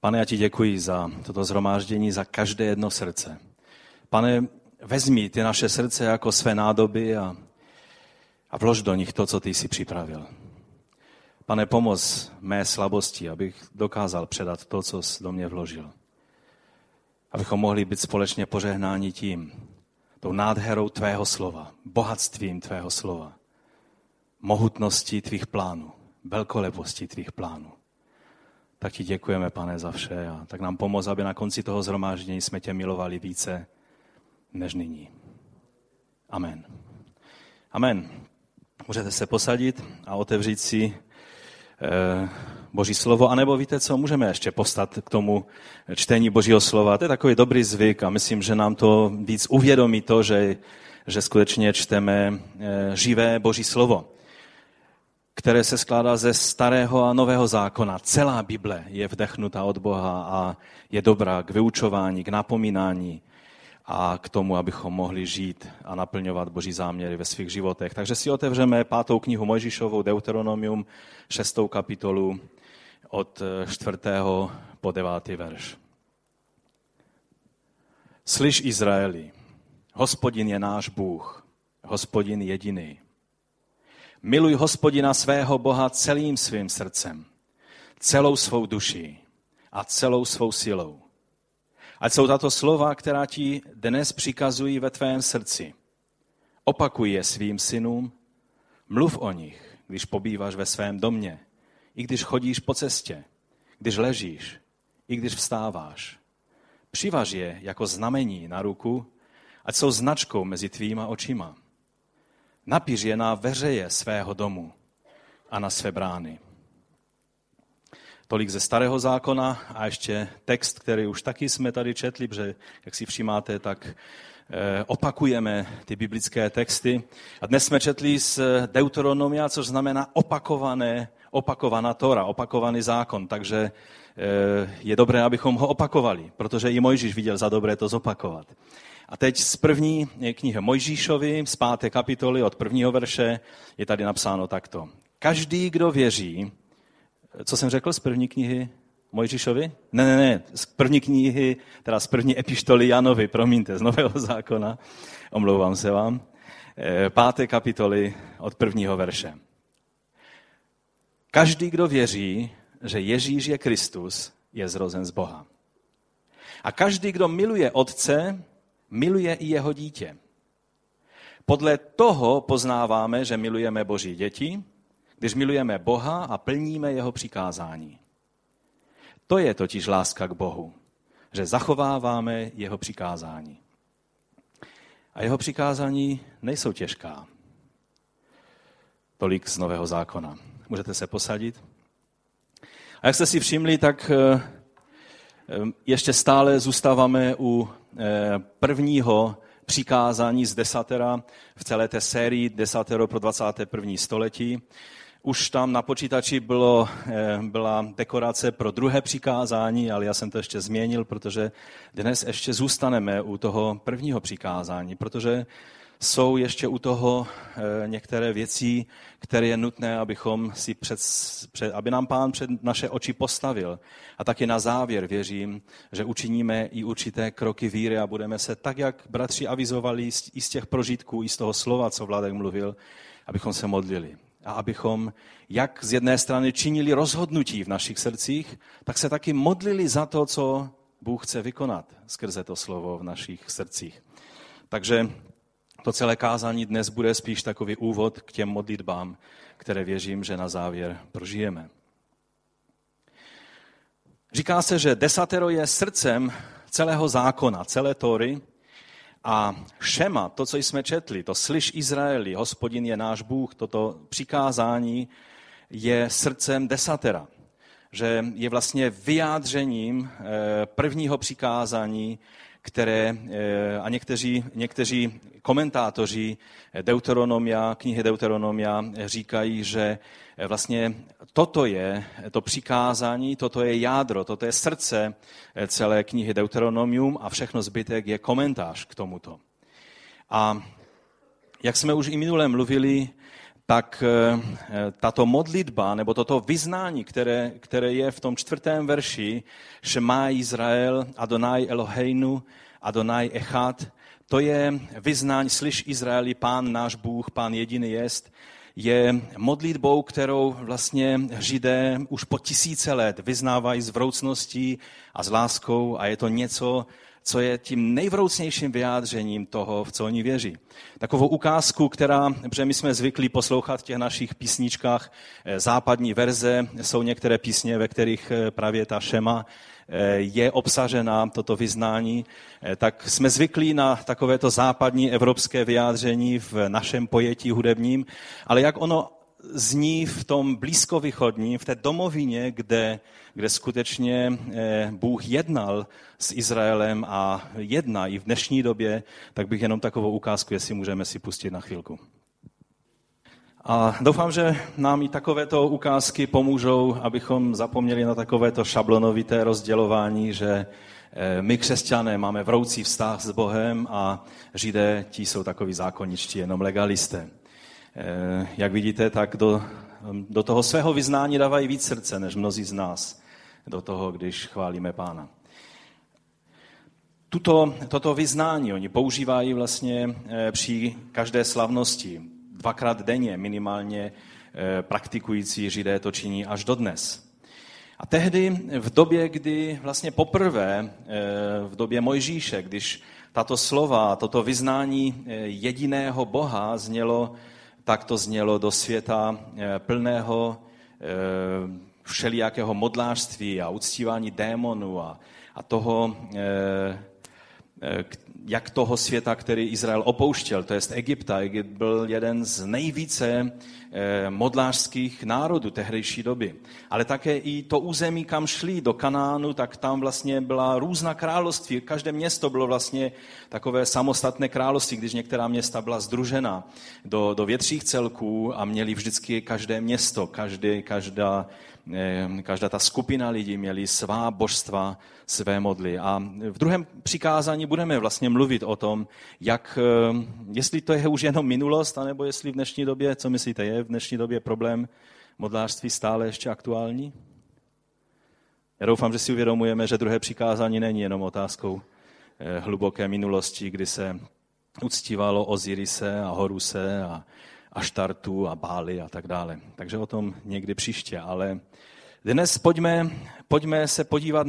Pane, já ti děkuji za toto shromáždění, za každé jedno srdce. Pane, vezmi ty naše srdce jako své nádoby a vlož do nich to, co ty jsi připravil. Pane, pomoz mé slabosti, abych dokázal předat to, co jsi do mě vložil. Abychom mohli být společně požehnáni tím, tou nádherou tvého slova, bohatstvím tvého slova, mohutností tvých plánů, velkolepostí tvých plánů. Tak ti děkujeme, Pane, za vše a tak nám pomoz, aby na konci toho shromáždění jsme tě milovali více než nyní. Amen. Amen. Můžete se posadit a otevřít si Boží slovo, anebo víte co, můžeme ještě povstat k tomu čtení Božího slova. To je takový dobrý zvyk a myslím, že nám to víc uvědomí to, že skutečně čteme živé Boží slovo, které se skládá ze starého a nového zákona. Celá Bible je vdechnutá od Boha a je dobrá k vyučování, k napomínání a k tomu, abychom mohli žít a naplňovat Boží záměry ve svých životech. Takže si otevřeme 5. knihu Mojžíšovou, Deuteronomium, 6. kapitolu od 4. po 9. verš. Slyš, Izraeli, Hospodin je náš Bůh, Hospodin jediný. Miluj Hospodina svého Boha celým svým srdcem, celou svou duší a celou svou silou. Ať jsou tato slova, která ti dnes přikazují ve tvém srdci. Opakuj je svým synům, mluv o nich, když pobýváš ve svém domě, i když chodíš po cestě, když ležíš, i když vstáváš. Přivaž je jako znamení na ruku, ať jsou značkou mezi tvýma očima. Napiš je na veřeje svého domu a na své brány. Tolik ze starého zákona a ještě text, který už taky jsme tady četli, protože, jak si všimáte, tak opakujeme ty biblické texty. A dnes jsme četli z Deuteronomia, což znamená opakovaná Tóra, opakovaný zákon. Takže je dobré, abychom ho opakovali, protože i Mojžíš viděl za dobré to zopakovat. A teď z první knihy Mojžíšovi, z 5. kapitoly od 1. verše, je tady napsáno takto. Každý, kdo věří, co jsem řekl z první knihy Mojžíšovi? Ne, z první knihy, teda z první epištoly Janovi, promiňte, z Nového zákona, omlouvám se vám, 5. kapitoly od 1. verše. Každý, kdo věří, že Ježíš je Kristus, je zrozen z Boha. A každý, kdo miluje Otce, miluje i jeho dítě. Podle toho poznáváme, že milujeme Boží děti, když milujeme Boha a plníme jeho přikázání. To je totiž láska k Bohu, že zachováváme jeho přikázání. A jeho přikázání nejsou těžká. Tolik z Nového zákona. Můžete se posadit? A jak jste si všimli, tak ještě stále zůstáváme u prvního přikázání z desatera v celé té sérii Desatero pro 21. století. Už tam na počítači byla dekorace pro druhé přikázání, ale já jsem to ještě změnil, protože dnes ještě zůstaneme u toho prvního přikázání, protože jsou ještě u toho některé věci, které je nutné, abychom si aby nám Pán před naše oči postavil. A taky na závěr věřím, že učiníme i určité kroky víry a budeme se tak, jak bratři avizovali i z těch prožitků, i z toho slova, co Vladek mluvil, abychom se modlili. A abychom jak z jedné strany činili rozhodnutí v našich srdcích, tak se taky modlili za to, co Bůh chce vykonat skrze to slovo v našich srdcích. Takže to celé kázání dnes bude spíš takový úvod k těm modlitbám, které věřím, že na závěr prožijeme. Říká se, že desatero je srdcem celého zákona, celé Tóry a šema, to, co jsme četli, to slyš Izraeli, Hospodin je náš Bůh, toto přikázání je srdcem desatera, že je vlastně vyjádřením prvního přikázání, které a někteří komentátoři knihy Deuteronomia říkají, že vlastně toto je to přikázání, toto je jádro, toto je srdce celé knihy Deuteronomium a všechno zbytek je komentář k tomuto. A jak jsme už i minule mluvili, tak tato modlitba, nebo toto vyznání, které je v tom 4. verši, Šema Izrael, Adonai Eloheinu, Adonai Echad, to je vyznání, slyš Izraeli, Pán náš Bůh, Pán jediný jest, je modlitbou, kterou vlastně Židé už po tisíce let vyznávají s vroucností a s láskou a je to něco, co je tím nejvroucnějším vyjádřením toho, v co oni věří. Takovou ukázku, protože my jsme zvyklí poslouchat v těch našich písničkách západní verze, jsou některé písně, ve kterých právě ta šema je obsažena, toto vyznání, tak jsme zvyklí na takovéto západní evropské vyjádření v našem pojetí hudebním, ale jak ono zní v tom blízkovýchodním, v té domovině, kde skutečně Bůh jednal s Izraelem a jedná i v dnešní době, tak bych jenom takovou ukázku, jestli můžeme si pustit na chvilku. A doufám, že nám i takovéto ukázky pomůžou, abychom zapomněli na takovéto šablonovité rozdělování, že my křesťané máme vroucí vztah s Bohem a Židé, ti jsou takoví zákoničtí, jenom legalisté. Jak vidíte, tak do toho svého vyznání dávají víc srdce, než mnozí z nás do toho, když chválíme Pána. Toto vyznání oni používají vlastně při každé slavnosti. 2krát denně minimálně praktikující Židé to činí až dodnes. A tehdy v době, kdy vlastně poprvé, v době Mojžíše, když tato slova, toto vyznání jediného Boha znělo, tak to znělo do světa plného všelijakého modlářství a uctívání démonů a toho, jak toho světa, který Izrael opouštěl, to jest Egypta. Egypt byl jeden z nejvíce modlářských národů tehdejší doby. Ale také i to území, kam šli do Kanánu, tak tam vlastně byla různá království. Každé město bylo vlastně takové samostatné království, když některá města byla sdružena do větších celků a měli vždycky každé město, každá ta skupina lidí měli svá božstva, své modly. A v druhém přikázání budeme vlastně mluvit o tom, jestli to je už jenom minulost, anebo jestli v dnešní době, co myslíte, je v dnešní době problém modlářství stále ještě aktuální? Já doufám, že si uvědomujeme, že druhé přikázání není jenom otázkou hluboké minulosti, kdy se uctívalo Ozirise a Horuse a Aštartu a Báli a tak dále. Takže o tom někdy příště, ale dnes pojďme se podívat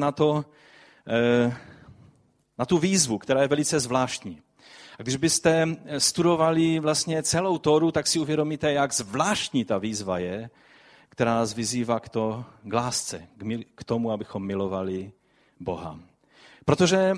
na tu výzvu, která je velice zvláštní. A když byste studovali vlastně celou Tóru, tak si uvědomíte, jak zvláštní ta výzva je, která nás vyzývá k lásce, k tomu, abychom milovali Boha. Protože,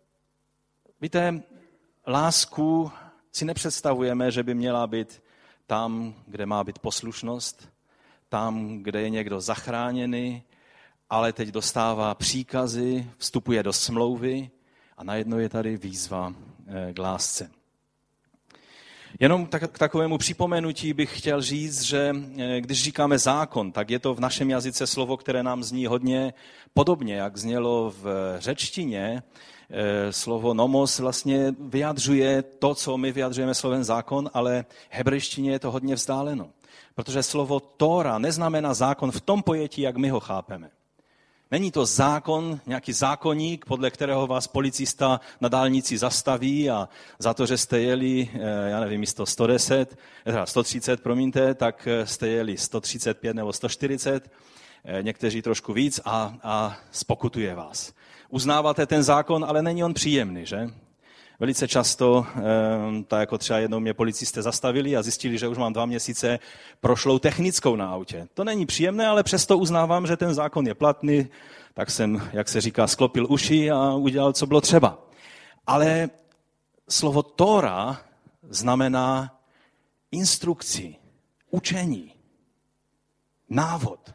víte, lásku si nepředstavujeme, že by měla být tam, kde má být poslušnost, tam, kde je někdo zachráněný, ale teď dostává příkazy, vstupuje do smlouvy a najednou je tady výzva k lásce. Jenom k takovému připomenutí bych chtěl říct, že když říkáme zákon, tak je to v našem jazyce slovo, které nám zní hodně podobně, jak znělo v řečtině. Slovo nomos vlastně vyjadřuje to, co my vyjadřujeme slovem zákon, ale v hebrejštině je to hodně vzdáleno. Protože slovo Tóra neznamená zákon v tom pojetí, jak my ho chápeme. Není to zákon, nějaký zákoník, podle kterého vás policista na dálnici zastaví a za to, že jste jeli, já nevím, místo 130, tak jste jeli 135 nebo 140, někteří trošku víc a spokutuje vás. Uznáváte ten zákon, ale není on příjemný, že? Velice často, tak jako třeba jednou mě policisté zastavili a zjistili, že už mám 2 měsíce prošlou technickou na autě. To není příjemné, ale přesto uznávám, že ten zákon je platný, tak jsem, jak se říká, sklopil uši a udělal, co bylo třeba. Ale slovo Tóra znamená instrukci, učení, návod.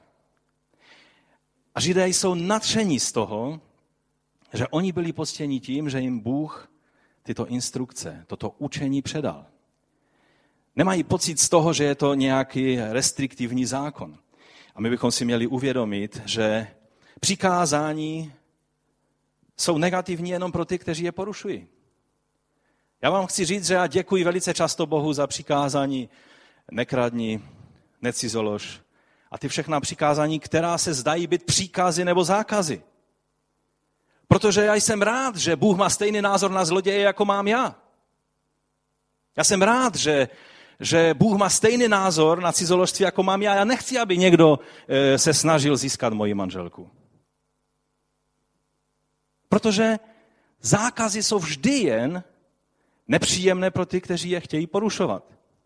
A Židé jsou nadšení z toho, že oni byli poctěni tím, že jim Bůh tyto instrukce, toto učení předal. Nemají pocit z toho, že je to nějaký restriktivní zákon. A my bychom si měli uvědomit, že přikázání jsou negativní jenom pro ty, kteří je porušují. Já vám chci říct, že já děkuji velice často Bohu za přikázání nekradni, necizolož a ty všechna přikázání, která se zdají být příkazy nebo zákazy. Protože já jsem rád, že Bůh má stejný názor na zloděje, jako mám já. Já jsem rád, že Bůh má stejný názor na cizoložství, jako mám já. Já nechci, aby někdo se snažil získat moji manželku. Protože zákazy jsou vždy jen nepříjemné pro ty, kteří je chtějí porušovat.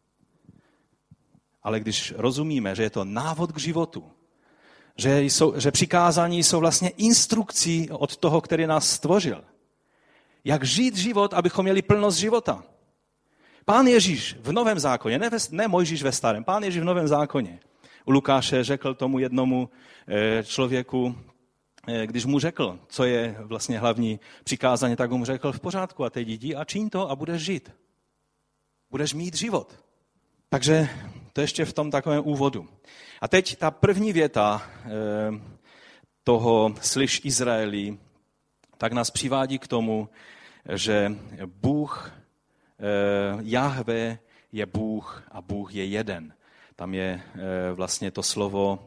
Ale když rozumíme, že je to návod k životu, že přikázání jsou vlastně instrukcí od toho, který nás stvořil, jak žít život, abychom měli plnost života. Pán Ježíš v Novém zákoně, ne Mojžíš ve Starém, Pán Ježíš v Novém zákoně u Lukáše řekl tomu jednomu člověku, když mu řekl, co je vlastně hlavní přikázání, tak mu řekl, v pořádku, a teď jdi a čiň to a budeš žít. Budeš mít život. Takže to ještě v tom takovém úvodu. A teď ta první věta toho slyš Izraeli, tak nás přivádí k tomu, že Bůh, Jahve je Bůh a Bůh je jeden. Tam je vlastně to slovo,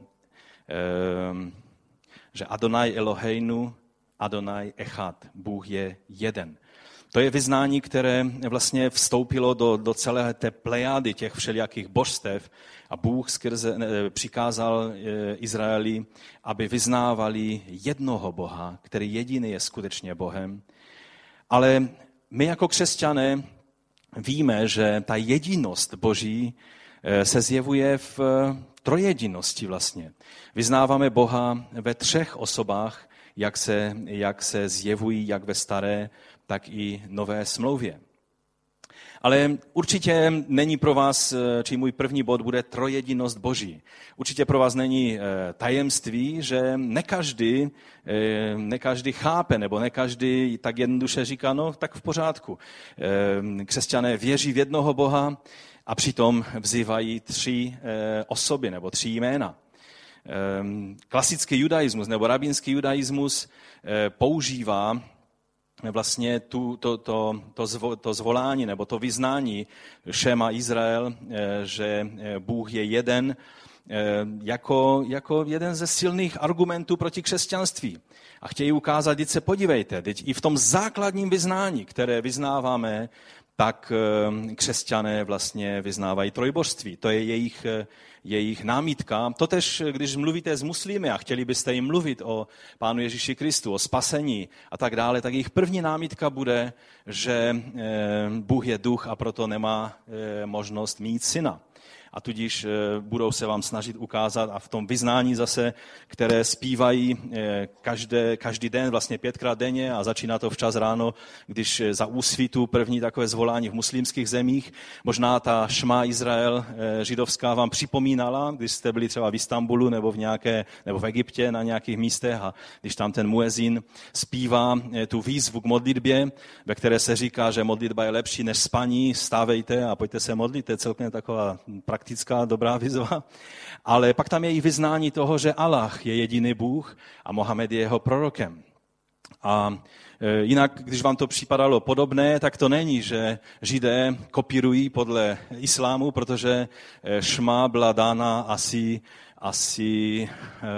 že Adonai Eloheinu, Adonai Echad, Bůh je jeden. To je vyznání, které vlastně vstoupilo do celé té plejády těch všelijakých božstev a Bůh přikázal Izraeli, aby vyznávali jednoho Boha, který jediný je skutečně Bohem. Ale my jako křesťané víme, že ta jedinost Boží se zjevuje v trojjedinosti vlastně. Vyznáváme Boha ve 3 osobách, jak se zjevují jak ve staré, tak i nové smlouvě. Ale určitě není pro vás, či můj první bod bude trojjedinost Boží. Určitě pro vás není tajemství, že ne každý chápe, nebo ne každý tak jednoduše říká, no tak v pořádku. Křesťané věří v jednoho Boha a přitom vzývají 3 osoby nebo 3 jména. Klasický judaismus nebo rabínský judaismus používá vlastně to zvolání nebo to vyznání Šema Izrael, že Bůh je jeden, jako jeden ze silných argumentů proti křesťanství. A chtějí ukázat, teď se podívejte, teď i v tom základním vyznání, které vyznáváme, tak křesťané vlastně vyznávají trojbožství. To je jejich námitka. Totež, když mluvíte s muslimy a chtěli byste jim mluvit o Pánu Ježíši Kristu, o spasení a tak dále, tak jejich první námitka bude, že Bůh je duch a proto nemá možnost mít syna. A tudíž budou se vám snažit ukázat a v tom vyznání zase, které zpívají každý den, vlastně 5krát denně a začíná to včas ráno, když za úsvitu první takové zvolání v muslimských zemích. Možná ta Šma Izrael židovská vám připomínala, když jste byli třeba v Istanbulu nebo v Egyptě na nějakých místech a když tam ten muezín zpívá tu výzvu k modlitbě, ve které se říká, že modlitba je lepší než spaní, stávejte a pojďte se modlit, to je celkem taková praktická, dobrá výzva, ale pak tam je i vyznání toho, že Allah je jediný Bůh a Mohamed je jeho prorokem. A jinak, když vám to připadalo podobné, tak to není, že Židé kopírují podle islámu, protože šma byla dána asi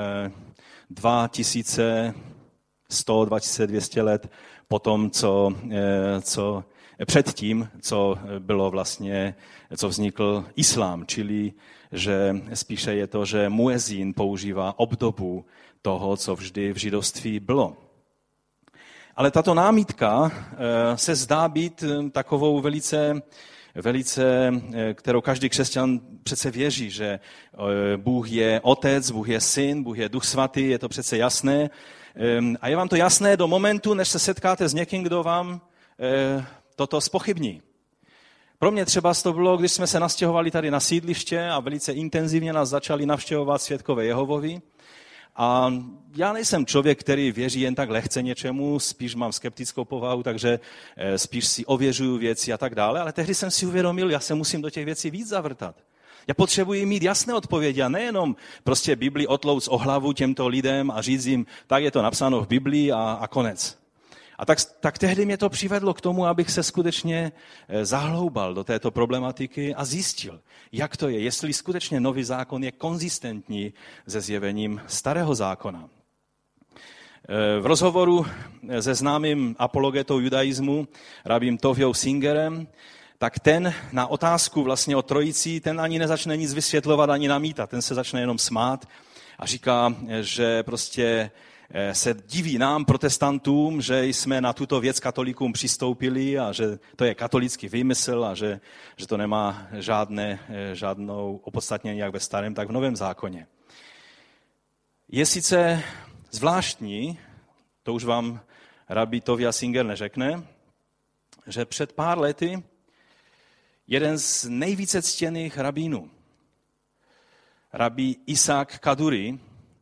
2100, 2200 let po tom, co předtím, co bylo vlastně, co vznikl islám, čili že spíše je to, že muezín používá obdobu toho, co vždy v židovství bylo. Ale tato námitka se zdá být takovou velice, kterou každý křesťan přece věří, že Bůh je Otec, Bůh je Syn, Bůh je Duch Svatý, je to přece jasné. A je vám to jasné do momentu, než se setkáte s někým, kdo vám toto zpochybní. Pro mě třeba to bylo, když jsme se nastěhovali tady na sídliště a velice intenzivně nás začali navštěvovat svědkové Jehovovi. A já nejsem člověk, který věří jen tak lehce něčemu, spíš mám skeptickou povahu, takže spíš si ověřuju věci a tak dále, ale tehdy jsem si uvědomil, já se musím do těch věcí víc zavrtat. Já potřebuji mít jasné odpovědi a nejenom prostě Bibli otlouct o hlavu těmto lidem a říct jim, tak je to napsáno v Biblii a konec. A tak tehdy mě to přivedlo k tomu, abych se skutečně zahloubal do této problematiky a zjistil, jak to je, jestli skutečně nový zákon je konzistentní se zjevením starého zákona. V rozhovoru se známým apologetou judaismu, rabím Tovjou Singerem, tak ten na otázku vlastně o trojici, ten ani nezačne nic vysvětlovat, ani namítat, ten se začne jenom smát a říká, že prostě se diví nám, protestantům, že jsme na tuto věc katolíkům přistoupili a že to je katolický výmysl a že to nemá žádnou opodstatnění jak ve starém, tak v novém zákoně. Je sice zvláštní, to už vám rabí Tovia Singer neřekne, že před pár lety jeden z nejvíce ctěných rabínů, rabí Isaac Kaduri,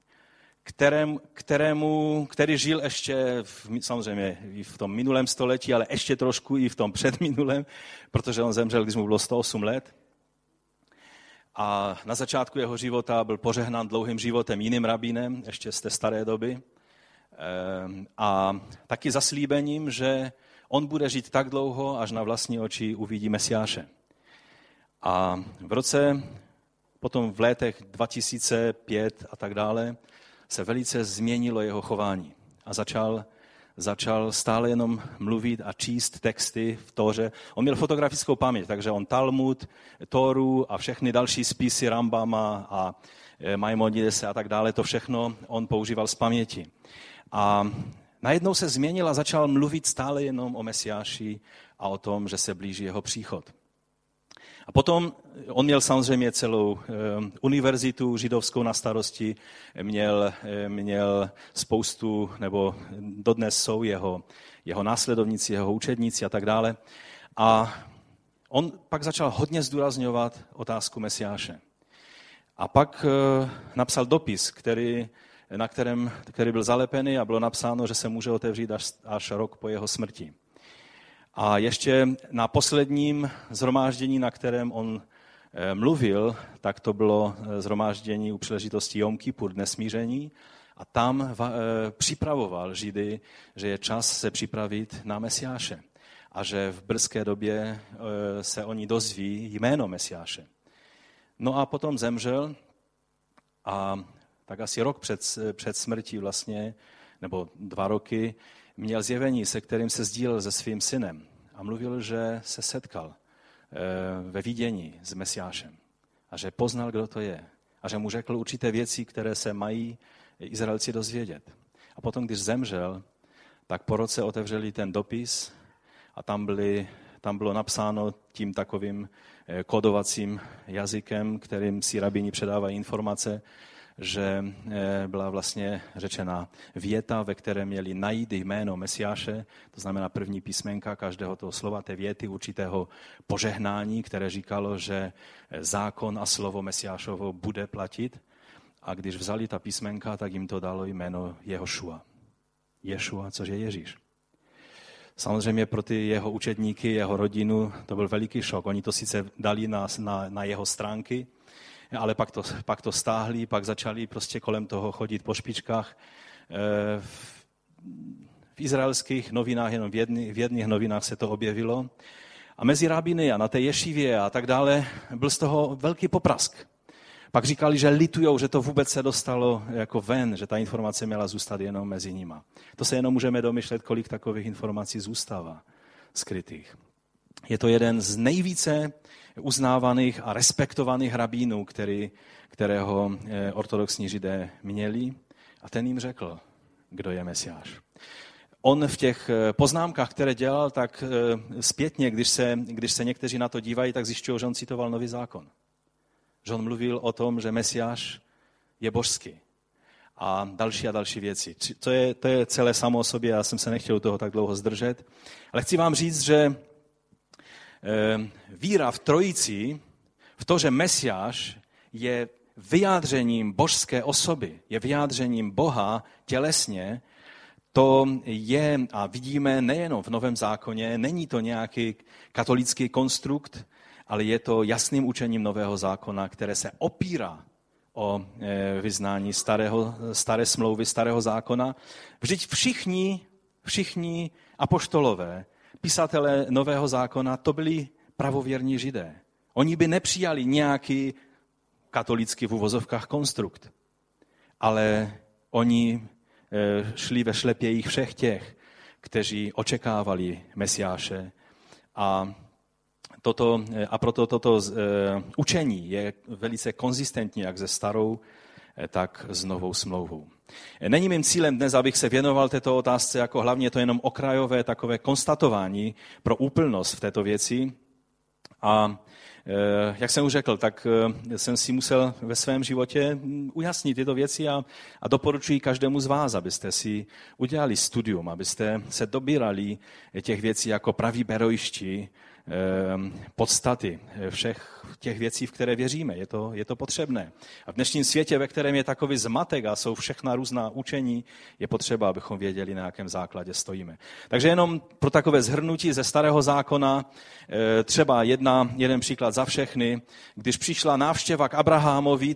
který žil ještě samozřejmě i v tom minulém století, ale ještě trošku i v tom předminulém, protože on zemřel, když mu bylo 108 let. A na začátku jeho života byl požehnán dlouhým životem jiným rabínem, ještě z té staré doby. A taky zaslíbením, že on bude žít tak dlouho, až na vlastní oči uvidí Mesiáše. A potom v letech 2005 a tak dále, se velice změnilo jeho chování. A začal stále jenom mluvit a číst texty v Tóře. On měl fotografickou paměť, takže on Talmud, Tóru a všechny další spisy Rambama a Maimonidese a tak dále, to všechno on používal z paměti. A najednou se změnil a začal mluvit stále jenom o Mesiáši a o tom, že se blíží jeho příchod. A potom on měl samozřejmě celou univerzitu židovskou na starosti, měl spoustu, nebo dodnes jsou jeho následovníci, jeho učedníci a tak dále. A on pak začal hodně zdůrazňovat otázku Mesiáše. A pak napsal dopis, který byl zalepený a bylo napsáno, že se může otevřít až rok po jeho smrti. A ještě na posledním shromáždění, na kterém on mluvil, tak to bylo shromáždění u příležitosti Jom Kipur, Dne smíření, a tam připravoval Židy, že je čas se připravit na Mesiáše a že v brzké době se oni dozví jméno Mesiáše. No a potom zemřel a tak asi rok před smrtí vlastně, nebo 2 roky, měl zjevení, se kterým se sdílel se svým synem a mluvil, že se setkal ve vidění s Mesiášem a že poznal, kdo to je a že mu řekl určité věci, které se mají Izraelci dozvědět. A potom, když zemřel, tak po roce otevřeli ten dopis a tam bylo napsáno tím takovým kódovacím jazykem, kterým si rabíni předávají informace, že byla vlastně řečena věta, ve které měli najít jméno Mesiáše, to znamená první písmenka každého toho slova, té věty určitého požehnání, které říkalo, že zákon a slovo Mesiášovo bude platit. A když vzali ta písmenka, tak jim to dalo jméno Jehošua. Ješua, což je Ježíš. Samozřejmě pro ty jeho učedníky, jeho rodinu, to byl veliký šok. Oni to sice dali na jeho stránky, ale pak to stáhli, pak začali prostě kolem toho chodit po špičkách. V izraelských novinách, jenom v jedných novinách se to objevilo. A mezi rabiny a na té ješivě a tak dále byl z toho velký poprask. Pak říkali, že litujou, že to vůbec se dostalo jako ven, že ta informace měla zůstat jenom mezi nima. To se jenom můžeme domýšlet, kolik takových informací zůstává skrytých. Je to jeden z nejvíce uznávaných a respektovaných rabínů, kterého ortodoxní Židé měli, a ten jim řekl, kdo je Mesiáš. On v těch poznámkách, které dělal, tak zpětně, když se někteří na to dívají, tak zjišťují, že on citoval Nový zákon. Že on mluvil o tom, že Mesiáš je božský. A další věci. To je celé samo o sobě, já jsem se nechtěl toho tak dlouho zdržet. Ale chci vám říct, že víra v trojici, v to, že Mesiáš je vyjádřením božské osoby, je vyjádřením Boha tělesně, to je, a vidíme nejenom v Novém zákoně, není to nějaký katolický konstrukt, ale je to jasným učením Nového zákona, které se opírá o vyznání staré smlouvy, starého zákona. Vždyť všichni apoštolové, pisatelé Nového zákona, to byli pravověrní Židé. Oni by nepřijali nějaký katolický v uvozovkách konstrukt, ale oni šli ve šlepějích všech těch, kteří očekávali Mesiáše. A proto toto učení je velice konzistentní jak se starou, tak s novou smlouvou. Není mým cílem dnes, abych se věnoval této otázce, jako hlavně to jenom okrajové takové konstatování pro úplnost v této věci. A jak jsem už řekl, tak jsem si musel ve svém životě ujasnit tyto věci a doporučuji každému z vás, abyste si udělali studium, abyste se dobírali těch věcí jako praví berojští, podstaty všech těch věcí, v které věříme. Je to potřebné. A v dnešním světě, ve kterém je takový zmatek a jsou všechna různá učení, je potřeba, abychom věděli, na jakém základě stojíme. Takže jenom pro takové shrnutí ze Starého zákona, třeba jeden příklad za všechny. Když přišla návštěva k Abrahamovi,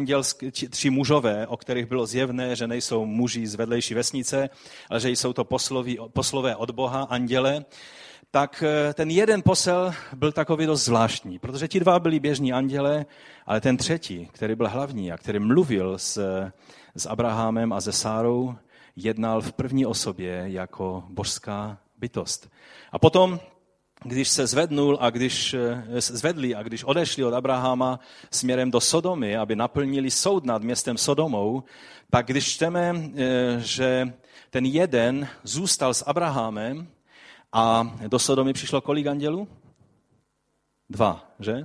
3 mužové, o kterých bylo zjevné, že nejsou muži z vedlejší vesnice, ale že jsou to poslové od Boha, anděle, tak ten jeden posel byl takový dost zvláštní, protože ti 2 byli běžní anděle, ale ten třetí, který byl hlavní a který mluvil s Abrahamem a se Sárou, jednal v první osobě jako božská bytost. A potom, když se zvedli a když odešli od Abrahama směrem do Sodomy, aby naplnili soud nad městem Sodomou, tak když čteme, že ten jeden zůstal s Abrahamem, a do Sodomy přišlo kolik andělů? 2, že?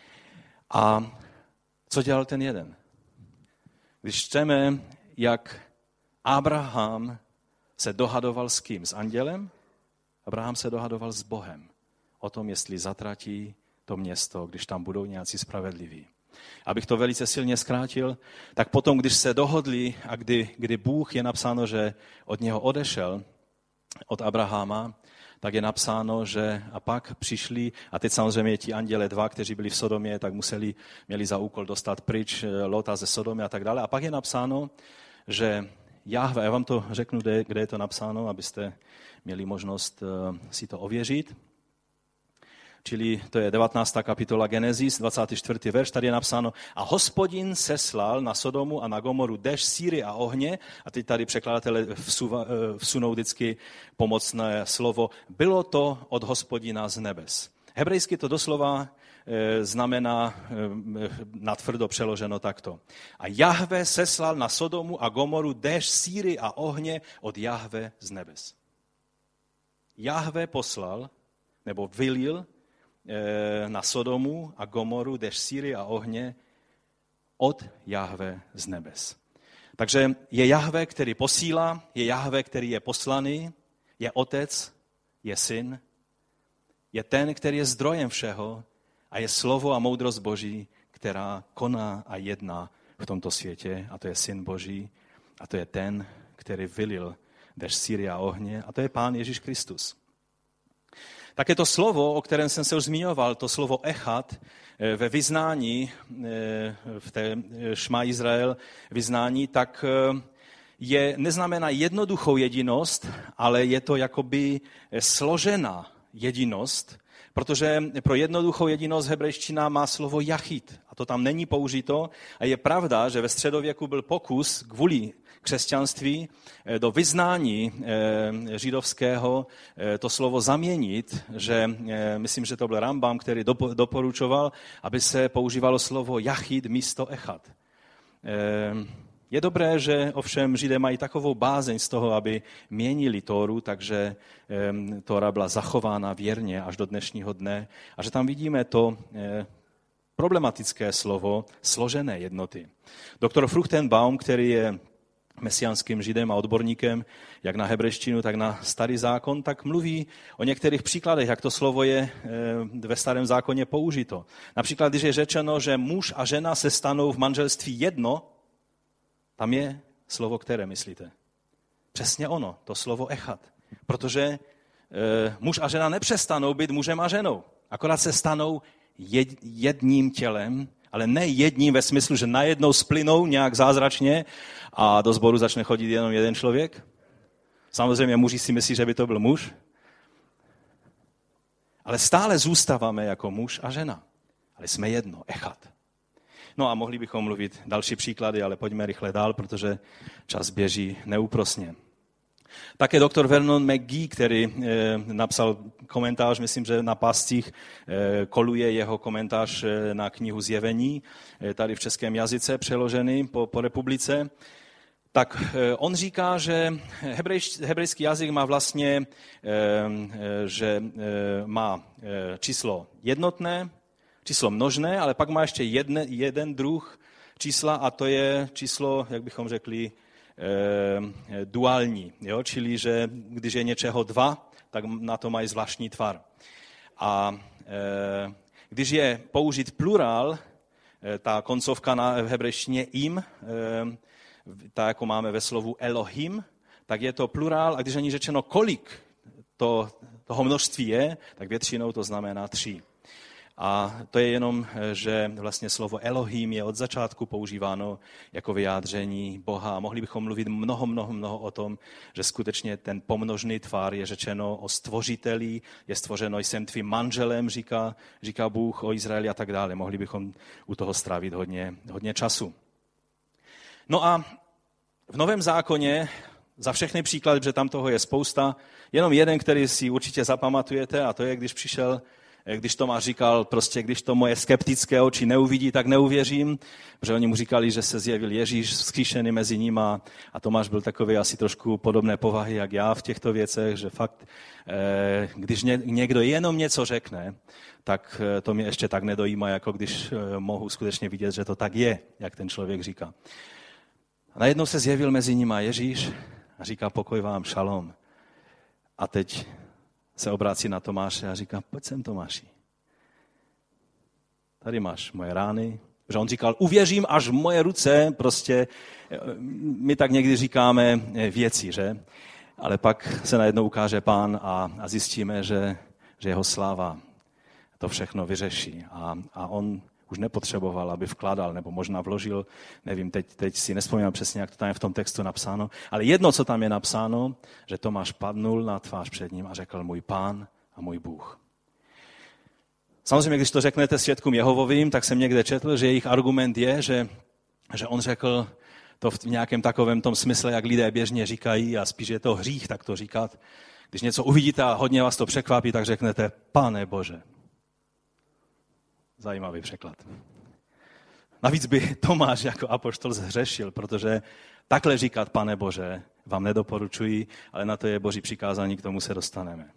A co dělal ten jeden? Když čteme, jak Abraham se dohadoval s kým? S andělem? Abraham se dohadoval s Bohem. O tom, jestli zatratí to město, když tam budou nějací spravedliví. Abych to velice silně zkrátil, tak potom, když se dohodli a kdy Bůh, je napsáno, že od něho odešel, od Abrahama, tak je napsáno, že a pak přišli, a teď samozřejmě ti anděle 2, kteří byli v Sodomě, tak měli za úkol dostat pryč Lota ze Sodomy a tak dále. A pak je napsáno, že Jahve, já vám to řeknu, kde je to napsáno, abyste měli možnost si to ověřit. Čili to je 19. kapitola Genesis, 24. verš, tady je napsáno: a Hospodin seslal na Sodomu a na Gomoru déšť síry a ohně, a teď tady překladatelé vsunou vždycky pomocné slovo, bylo to od Hospodina z nebes. Hebrejsky to doslova znamená natvrdo přeloženo takto. A Jahve seslal na Sodomu a Gomoru déšť síry a ohně od Jahve z nebes. Jahve poslal, nebo vylil na Sodomu a Gomoru déšť síry a ohně od Jahve z nebes. Takže je Jahve, který posílá, je Jahve, který je poslaný, je Otec, je Syn, je ten, který je zdrojem všeho a je slovo a moudrost Boží, která koná a jedná v tomto světě, a to je Syn Boží a to je ten, který vylil déšť síry a ohně, a to je Pán Ježíš Kristus. Také to slovo, o kterém jsem se už zmiňoval, to slovo echad ve vyznání, v té Šma Izrael vyznání, tak neznamená jednoduchou jedinost, ale je to jakoby složená jedinost, protože pro jednoduchou jedinost hebrejština má slovo jachid a to tam není použito. A je pravda, že ve středověku byl pokus kvůli křesťanství do vyznání židovského to slovo zaměnit, že myslím, že to byl Rambam, který doporučoval, aby se používalo slovo jachid místo echad. Je dobré, že ovšem Židé mají takovou bázeň z toho, aby měnili Tóru, takže Tóra byla zachována věrně až do dnešního dne a že tam vidíme to problematické slovo složené jednoty. Doktor Fruchtenbaum, který je mesiánským Židem a odborníkem jak na hebrejštinu, tak na Starý zákon, tak mluví o některých příkladech, jak to slovo je ve Starém zákoně použito. Například, když je řečeno, že muž a žena se stanou v manželství jedno, tam je slovo, které myslíte? Přesně ono, to slovo echad. Protože muž a žena nepřestanou být mužem a ženou. Akorát se stanou jedním tělem, ale ne jedním ve smyslu, že najednou splynou nějak zázračně a do sboru začne chodit jenom jeden člověk. Samozřejmě muži si myslí, že by to byl muž, ale stále zůstáváme jako muž a žena. Ale jsme jedno, echad. No a mohli bychom mluvit další příklady, ale pojďme rychle dál, protože čas běží neúprosně. Také doktor Vernon McGee, který napsal komentář, myslím, že na Páscích koluje jeho komentář na knihu Zjevení, tady v českém jazyce přeložený po republice, tak on říká, že hebrejský jazyk má vlastně, že má číslo jednotné, číslo množné, ale pak má ještě jeden druh čísla a to je číslo, jak bychom řekli, duální. Jo? Čili, že když je něčeho dva, tak na to mají zvláštní tvar. A když je použit plurál, ta koncovka v hebrejštině im, tak jako máme ve slovu Elohim, tak je to plurál a když není řečeno, kolik toho množství je, tak většinou to znamená 3. A to je jenom, že vlastně slovo Elohim je od začátku používáno jako vyjádření Boha. Mohli bychom mluvit mnoho o tom, že skutečně ten pomnožný tvar je řečeno o stvořiteli, je stvořeno jsem tvým manželem, říká Bůh o Izraeli a tak dále. Mohli bychom u toho strávit hodně času. No a v Novém zákoně za všechny příklady, protože tam toho je spousta, jenom jeden, který si určitě zapamatujete, a to je, když Tomáš říkal, prostě když to moje skeptické oči neuvidí, tak neuvěřím, protože oni mu říkali, že se zjevil Ježíš vzkříšený mezi nima a Tomáš byl takový asi trošku podobné povahy, jak já v těchto věcech, že fakt, když někdo jenom něco řekne, tak to mě ještě tak nedojímá, jako když mohu skutečně vidět, že to tak je, jak ten člověk říká. A najednou se zjevil mezi nima Ježíš a říká pokoj vám, šalom. A teď se obrácí na Tomáše a říká, pojď sem Tomáši. Tady máš moje rány. Že on říkal, uvěřím, až moje ruce, prostě, my tak někdy říkáme věci, že? Ale pak se najednou ukáže Pán a zjistíme, že jeho sláva to všechno vyřeší. A on už nepotřeboval, aby vkládal, nebo možná vložil, nevím, teď si nespomínám přesně, jak to tam je v tom textu napsáno, ale jedno, co tam je napsáno, že Tomáš padnul na tvář před ním a řekl, můj Pán a můj Bůh. Samozřejmě, když to řeknete svědkům Jehovovým, tak jsem někde četl, že jejich argument je, že on řekl to v nějakém takovém tom smysle, jak lidé běžně říkají, a spíš je to hřích tak to říkat. Když něco uvidíte a hodně vás to překvapí, tak řeknete, Pane Bože. Zajímavý překlad. Navíc by Tomáš jako apoštol zhřešil, protože takhle říkat, Pane Bože, vám nedoporučuji, ale na to je Boží přikázání, k tomu se dostaneme.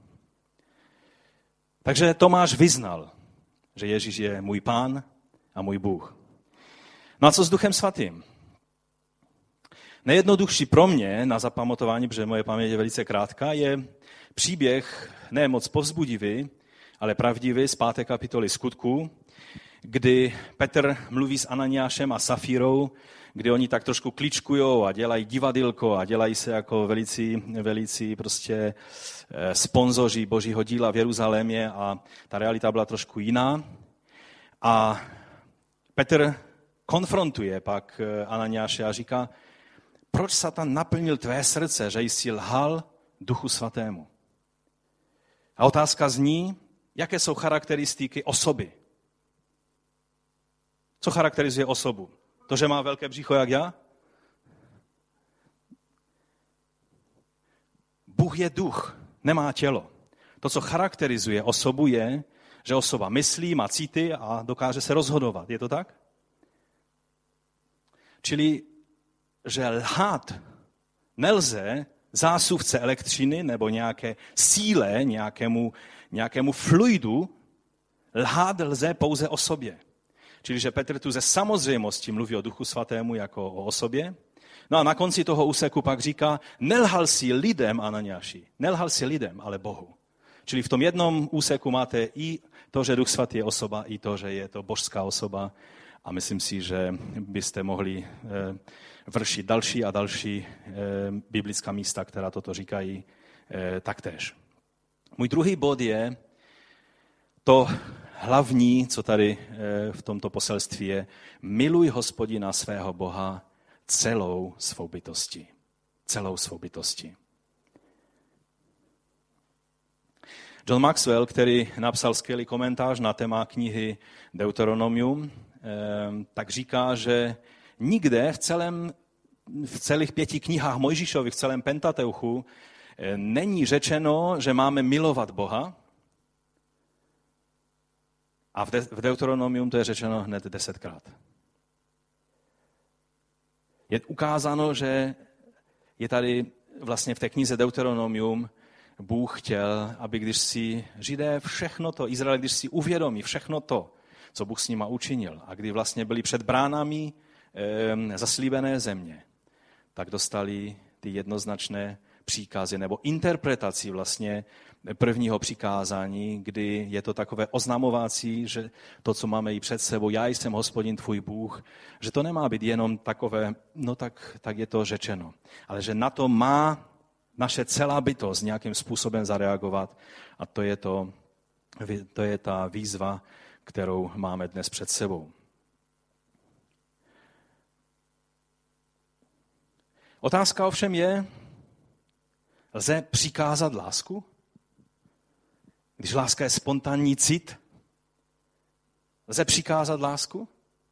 Takže Tomáš vyznal, že Ježíš je můj Pán a můj Bůh. No a co s Duchem Svatým? Nejjednodušší pro mě na zapamatování, protože moje paměť je velice krátká, je příběh ne moc povzbudivý, ale pravdivý z 5. kapitoly Skutků, kdy Petr mluví s Ananiášem a Safírou, kdy oni tak trošku kličkujou a dělají divadýlko a dělají se jako velicí prostě sponzoři Božího díla v Jeruzalémě a ta realita byla trošku jiná. A Petr konfrontuje pak Ananiáše a říká, proč Satan naplnil tvé srdce, že jsi lhal Duchu Svatému? A otázka zní, jaké jsou charakteristiky osoby? Co charakterizuje osobu? To, že má velké břicho jak já? Bůh je duch, nemá tělo. To, co charakterizuje osobu, je, že osoba myslí, má city a dokáže se rozhodovat. Je to tak? Čili, že lhát nelze zásuvce elektřiny nebo nějaké síle, nějakému fluidu, lhát lze pouze o sobě. Čili, že Petr tu ze samozřejmosti mluví o Duchu Svatému jako o osobě. No a na konci toho úseku pak říká, nelhal si lidem, Ananiáši, nelhal si lidem, ale Bohu. Čili v tom jednom úseku máte i to, že Duch Svatý je osoba, i to, že je to božská osoba. A myslím si, že byste mohli vršit další a další biblická místa, která toto říkají taktéž. Můj druhý bod je to hlavní, co tady v tomto poselství je, miluj Hospodina svého Boha celou svou bytostí. Celou svou bytostí. John Maxwell, který napsal skvělý komentář na téma knihy Deuteronomium, tak říká, že nikde v celých 5 knihách Mojžíšových, v celém Pentateuchu, není řečeno, že máme milovat Boha. A v Deuteronomium to je řečeno hned 10krát. Je ukázáno, že je tady vlastně v té knize Deuteronomium Bůh chtěl, aby když si Židé všechno to, Izrael, když si uvědomí všechno to, co Bůh s nima učinil, a kdy vlastně byli před bránami zaslíbené země, tak dostali ty jednoznačné příkazy nebo interpretaci vlastně prvního přikázání, kdy je to takové oznamovací, že to, co máme i před sebou, já jsem Hospodin tvůj Bůh, že to nemá být jenom takové, no tak je to řečeno, ale že na to má naše celá bytost nějakým způsobem zareagovat a to je ta výzva, kterou máme dnes před sebou. Otázka ovšem je, lze přikázat lásku? Když láska je spontánní cit, lze přikázat lásku?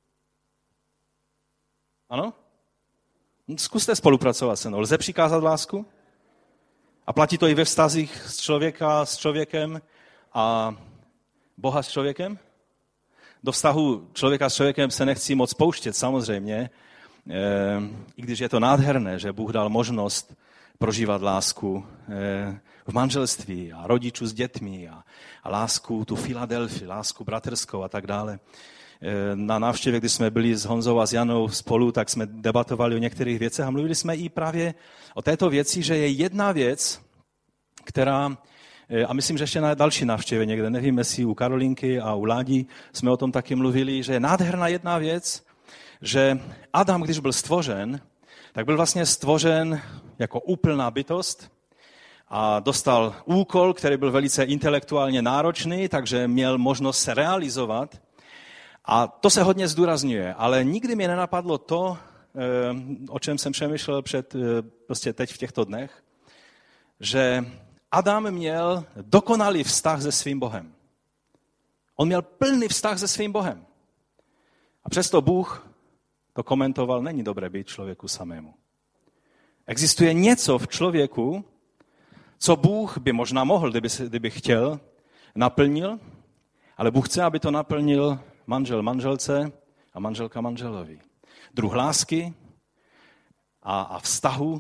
Ano? Zkuste spolupracovat se mnou. Lze přikázat lásku? A platí to i ve vztazích člověka s člověkem a Boha s člověkem? Do vztahu člověka s člověkem se nechci moc pouštět, samozřejmě, i když je to nádherné, že Bůh dal možnost prožívat lásku v manželství a rodičů s dětmi a lásku, tu Filadelfii, lásku bratrskou a tak dále. Na návštěvě, když jsme byli s Honzou a s Janou spolu, tak jsme debatovali o některých věcech a mluvili jsme i právě o této věci, že je jedna věc, která, a myslím, že ještě na další návštěvě někde, nevím, jestli u Karolinky a u Ládi jsme o tom taky mluvili, že je nádherná jedna věc, že Adam, když byl stvořen, tak byl vlastně stvořen jako úplná bytost a dostal úkol, který byl velice intelektuálně náročný, takže měl možnost se realizovat. A to se hodně zdůrazňuje, ale nikdy mě nenapadlo to, o čem jsem přemýšlel prostě teď v těchto dnech, že Adam měl dokonalý vztah se svým Bohem. On měl plný vztah se svým Bohem. A přesto Bůh to komentoval, není dobré být člověku samému. Existuje něco v člověku, co Bůh by možná mohl, kdyby chtěl, naplnil, ale Bůh chce, aby to naplnil manžel manželce a manželka manželovi. Druh lásky a vztahu,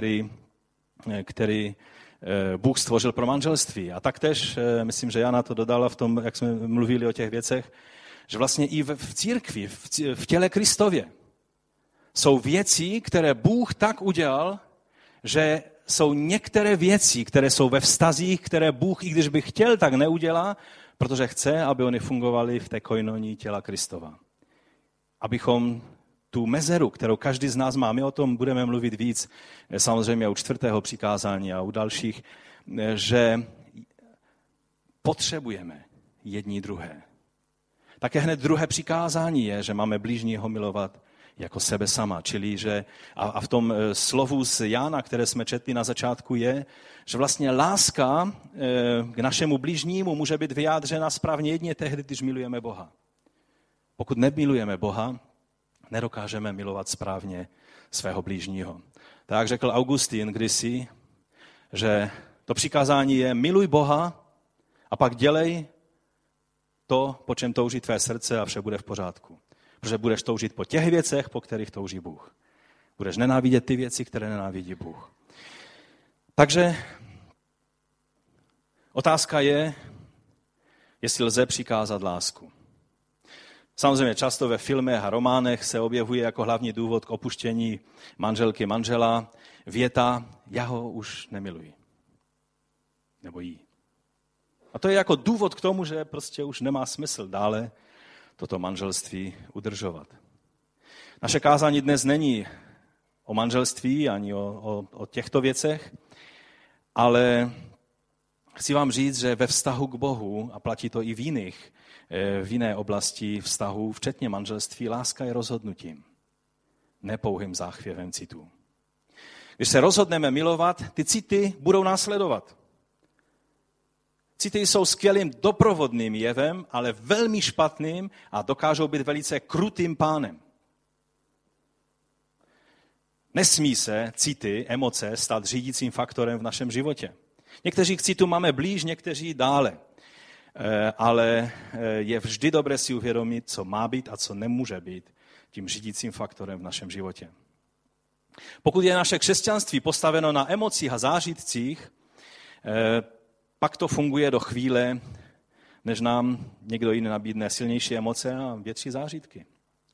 který Bůh stvořil pro manželství. A taktéž, myslím, že Jana to dodala v tom, jak jsme mluvili o těch věcech, že vlastně i v církvi, v těle Kristově jsou věci, které Bůh tak udělal, že jsou některé věci, které jsou ve vztazích, které Bůh, i když by chtěl, tak neudělá, protože chce, aby oni fungovali v té koinonii těla Kristova. Abychom tu mezeru, kterou každý z nás má, my o tom budeme mluvit víc, samozřejmě u 4. přikázání a u dalších, že potřebujeme jedni druhé. Také hned druhé přikázání je, že máme bližního milovat jako sebe sama. Čili, že a v tom slovu z Jána, které jsme četli na začátku, je, že vlastně láska k našemu bližnímu může být vyjádřena správně jedině tehdy, když milujeme Boha. Pokud nemilujeme Boha, nedokážeme milovat správně svého bližního. Tak řekl Augustín kdysi, že to přikázání je miluj Boha a pak dělej to, po čem touží tvé srdce a vše bude v pořádku. Protože budeš toužit po těch věcech, po kterých touží Bůh. Budeš nenávidět ty věci, které nenávidí Bůh. Takže otázka je, jestli lze přikázat lásku. Samozřejmě často ve filmech a románech se objevuje jako hlavní důvod k opuštění manželky, manžela věta, já ho už nemiluji. Nebo jí. A to je jako důvod k tomu, že prostě už nemá smysl dále toto manželství udržovat. Naše kázání dnes není o manželství ani o těchto věcech, ale chci vám říct, že ve vztahu k Bohu, a platí to i v jiné oblasti vztahu, včetně manželství, láska je rozhodnutím, ne pouhým záchvěvem citů. Když se rozhodneme milovat, ty city budou následovat. City jsou skvělým doprovodným jevem, ale velmi špatným a dokážou být velice krutým pánem. Nesmí se city, emoce stát řídícím faktorem v našem životě. Někteří k citu máme blíž, někteří dále. Ale je vždy dobré si uvědomit, co má být a co nemůže být tím řídícím faktorem v našem životě. Pokud je naše křesťanství postaveno na emocích a zážitcích, pak to funguje do chvíle, než nám někdo jiný nabídne silnější emoce a větší zážitky.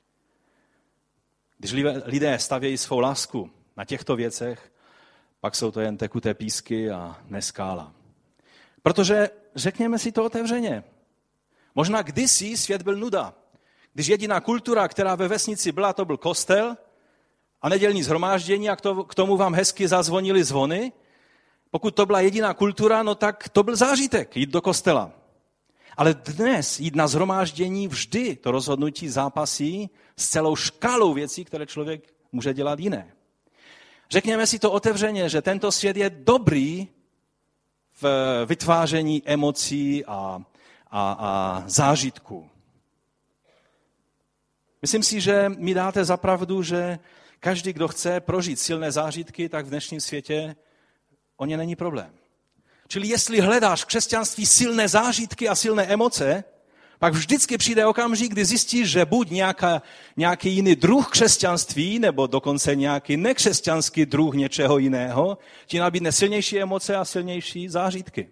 Když lidé stavějí svou lásku na těchto věcech, pak jsou to jen tekuté písky a ne skála. Protože řekněme si to otevřeně. Možná kdysi svět byl nuda. Když jediná kultura, která ve vesnici byla, to byl kostel a nedělní shromáždění a k tomu vám hezky zazvonily zvony. Pokud to byla jediná kultura, no tak to byl zážitek jít do kostela. Ale dnes jít na shromáždění vždy to rozhodnutí zápasí s celou škálou věcí, které člověk může dělat jiné. Řekněme si to otevřeně, že tento svět je dobrý v vytváření emocí a zážitků. Myslím si, že mi dáte za pravdu, že každý, kdo chce prožít silné zážitky, tak v dnešním světě o ně není problém. Čili jestli hledáš v křesťanství silné zážitky a silné emoce, pak vždycky přijde okamžik, kdy zjistíš, že buď nějaký jiný druh křesťanství, nebo dokonce nějaký nekřesťanský druh něčeho jiného, ti nabídne silnější emoce a silnější zážitky.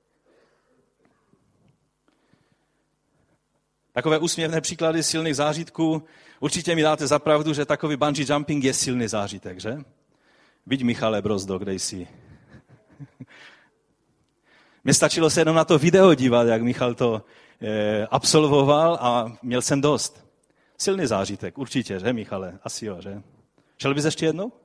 Takové úsměvné příklady silných zážitků. Určitě mi dáte za pravdu, že takový bungee jumping je silný zážitek, že? Viď, Michale Brozdo, kde jsi? Mně stačilo se jenom na to video dívat, jak Michal to absolvoval a měl jsem dost. Silný zážitek, určitě, že, Michale? Asi jo, že? Šel bys ještě jednou?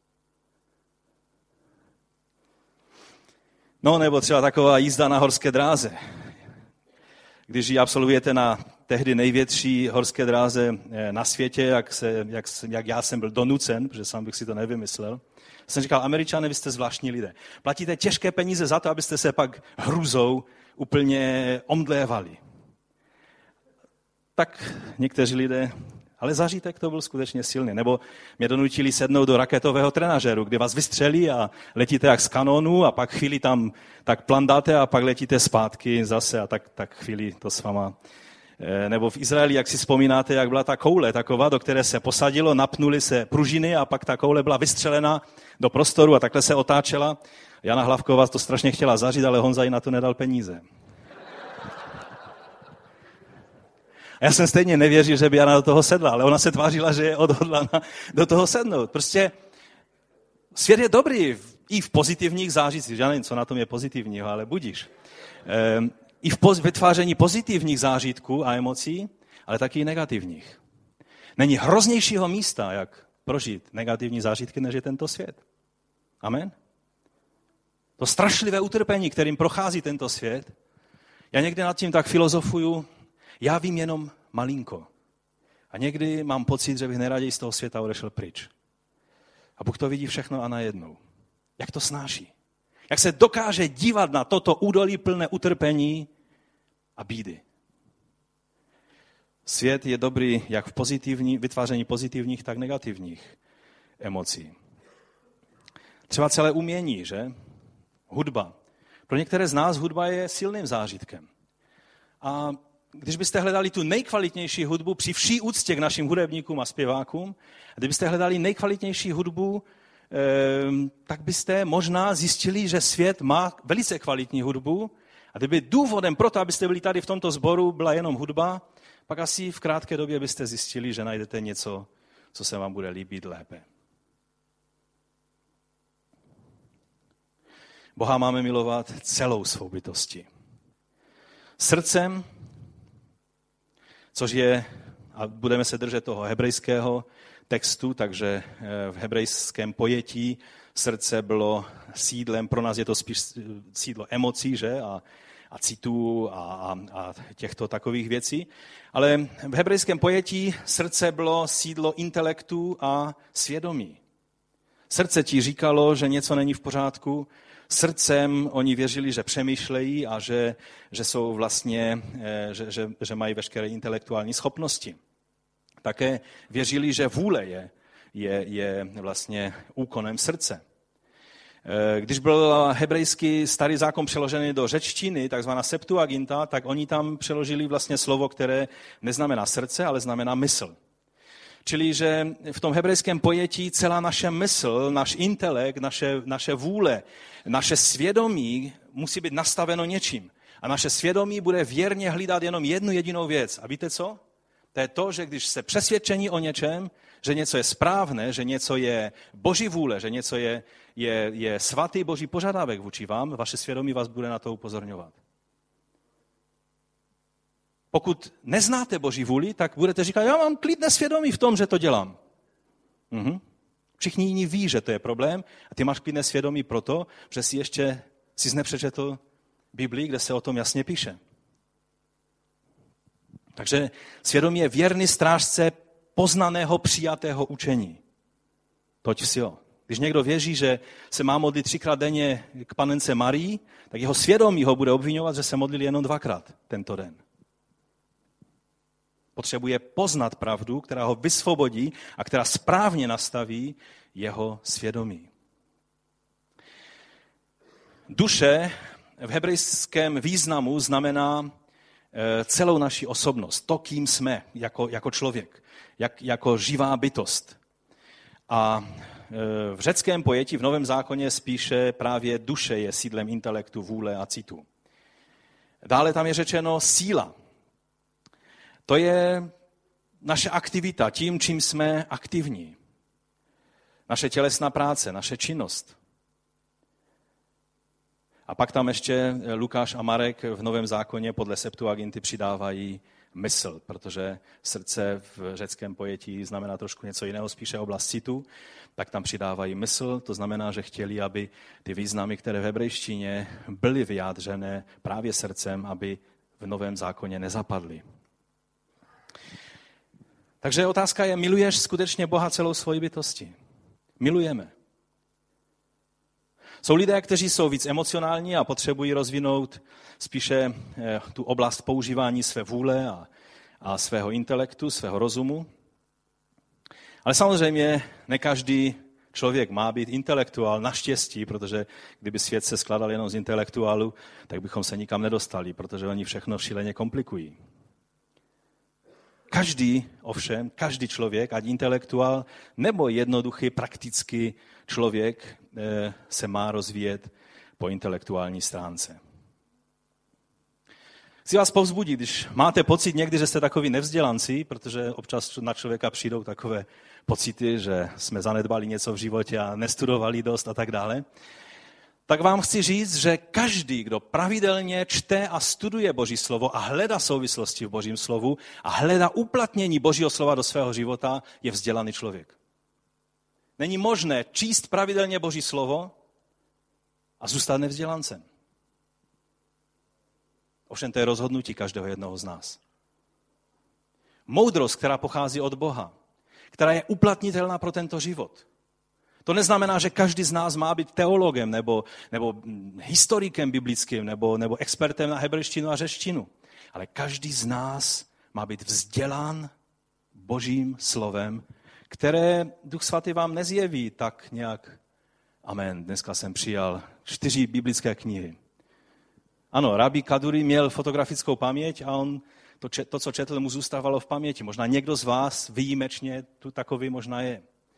No, nebo třeba taková jízda na horské dráze. Když ji absolvujete na tehdy největší horské dráze na světě, jak já jsem byl donucen, protože sám bych si to nevymyslel, jsem říkal, Američané, vy jste zvláštní lidé. Platíte těžké peníze za to, abyste se pak hrůzou úplně omdlévali. Tak někteří lidé, ale zážitek to byl skutečně silný. Nebo mě donutili sednout do raketového trenažéru, kde vás vystřelí a letíte jak z kanonu a pak chvíli tam tak plandáte a pak letíte zpátky zase a tak chvíli to s váma. Nebo v Izraeli, jak si vzpomínáte, jak byla ta koule taková, do které se posadilo, napnuly se pružiny a pak ta koule byla vystřelena do prostoru a takhle se otáčela. Jana Hlavková to strašně chtěla zažít, ale Honza jí na to nedal peníze. A já jsem stejně nevěřil, že by Jana do toho sedla, ale ona se tvářila, že je odhodlána do toho sednout. Prostě svět je dobrý i v pozitivních zážitcích. Já nevím, co na tom je pozitivního, ale budíš. I v vytváření pozitivních zážitků a emocí, ale taky i negativních. Není hroznějšího místa, jak prožít negativní zážitky, než je tento svět. Amen? To strašlivé utrpení, kterým prochází tento svět, já někdy nad tím tak filozofuju, já vím jenom malinko. A někdy mám pocit, že bych nejraději z toho světa odešel pryč. A Bůh to vidí všechno a najednou. Jak to snáší? Jak se dokáže dívat na toto údolí plné utrpení a bídy. Svět je dobrý jak v vytváření pozitivních, tak negativních emocí. Třeba celé umění, že? Hudba. Pro některé z nás hudba je silným zážitkem. A když byste hledali tu nejkvalitnější hudbu při vší úctě k našim hudebníkům a zpěvákům, kdybyste hledali nejkvalitnější hudbu, tak byste možná zjistili, že svět má velice kvalitní hudbu a kdyby důvodem pro to, abyste byli tady v tomto sboru, byla jenom hudba, pak asi v krátké době byste zjistili, že najdete něco, co se vám bude líbit lépe. Boha máme milovat celou svou bytostí. Srdcem, což je, a budeme se držet toho hebrejského textu, takže v hebrejském pojetí srdce bylo sídlem, pro nás je to spíš sídlo emocí, že? A citů a těchto takových věcí. Ale v hebrejském pojetí srdce bylo sídlo intelektu a svědomí. Srdce ti říkalo, že něco není v pořádku, Srdcem oni věřili, že přemýšlejí a že jsou vlastně, že mají veškeré intelektuální schopnosti. Také věřili, že vůle je vlastně úkonem srdce. Když byl hebrejský starý zákon přeložený do řečtiny, takzvaná Septuaginta, tak oni tam přeložili vlastně slovo, které neznamená srdce, ale znamená mysl. Čili, že v tom hebrejském pojetí celá naše mysl, náš intelekt, naše vůle, naše svědomí musí být nastaveno něčím. A naše svědomí bude věrně hlídat jenom jednu jedinou věc. A víte co? To je to, že když jste přesvědčeni o něčem, že něco je správné, že něco je Boží vůle, že něco je svatý Boží požadavek vůči vám, vaše svědomí vás bude na to upozorňovat. Pokud neznáte Boží vůli, tak budete říkat, já mám klidné svědomí v tom, že to dělám. Všichni jiní ví, že to je problém a ty máš klidné svědomí proto, že jsi nepřečetl Biblii, kde se o tom jasně píše. Takže svědomí je věrný strážce poznaného, přijatého učení. Toť si jo. Když někdo věří, že se má modlit 3krát denně k panence Marii, tak jeho svědomí ho bude obvinovat, že se modlil jenom 2krát tento den. Potřebuje poznat pravdu, která ho vysvobodí a která správně nastaví jeho svědomí. Duše v hebrejském významu znamená celou naši osobnost, to, kým jsme jako člověk, jako živá bytost. A v řeckém pojetí v Novém zákoně spíše právě duše je sídlem intelektu, vůle a citu. Dále tam je řečeno síla. To je naše aktivita, tím, čím jsme aktivní. Naše tělesná práce, naše činnost. A pak tam ještě Lukáš a Marek v Novém zákoně podle Septuaginty přidávají mysl, protože srdce v řeckém pojetí znamená trošku něco jiného, spíše oblast citu, tak tam přidávají mysl, to znamená, že chtěli, aby ty významy, které v hebrejštině byly vyjádřené právě srdcem, aby v Novém zákoně nezapadly. Takže otázka je, miluješ skutečně Boha celou svojí bytostí? Milujeme. Jsou lidé, kteří jsou víc emocionální a potřebují rozvinout spíše tu oblast používání své vůle a svého intelektu, svého rozumu. Ale samozřejmě ne každý člověk má být intelektuál, naštěstí, protože kdyby svět se skládal jenom z intelektuálů, tak bychom se nikam nedostali, protože oni všechno šíleně komplikují. Každý člověk, ať intelektuál nebo jednoduchý praktický člověk, se má rozvíjet po intelektuální stránce. Chci vás povzbudit, když máte pocit někdy, že jste takový nevzdělanci, protože občas na člověka přijdou takové pocity, že jsme zanedbali něco v životě a nestudovali dost a tak dále, tak vám chci říct, že každý, kdo pravidelně čte a studuje Boží slovo a hledá souvislosti v Božím slovu a hledá uplatnění Božího slova do svého života, je vzdělaný člověk. Není možné číst pravidelně Boží slovo a zůstat nevzdělancem. Ovšem to je rozhodnutí každého jednoho z nás. Moudrost, která pochází od Boha, která je uplatnitelná pro tento život. To neznamená, že každý z nás má být teologem nebo historikem biblickým nebo expertem na hebrejštinu a řečtinu. Ale každý z nás má být vzdělán Božím slovem, které Duch Svatý vám nezjeví tak nějak. Amen, dneska jsem přijal 4 biblické knihy. Ano, Rabbi Kaduri měl fotografickou paměť a on to, co četl, mu zůstávalo v paměti. Možná někdo z vás výjimečně tu takový možná je.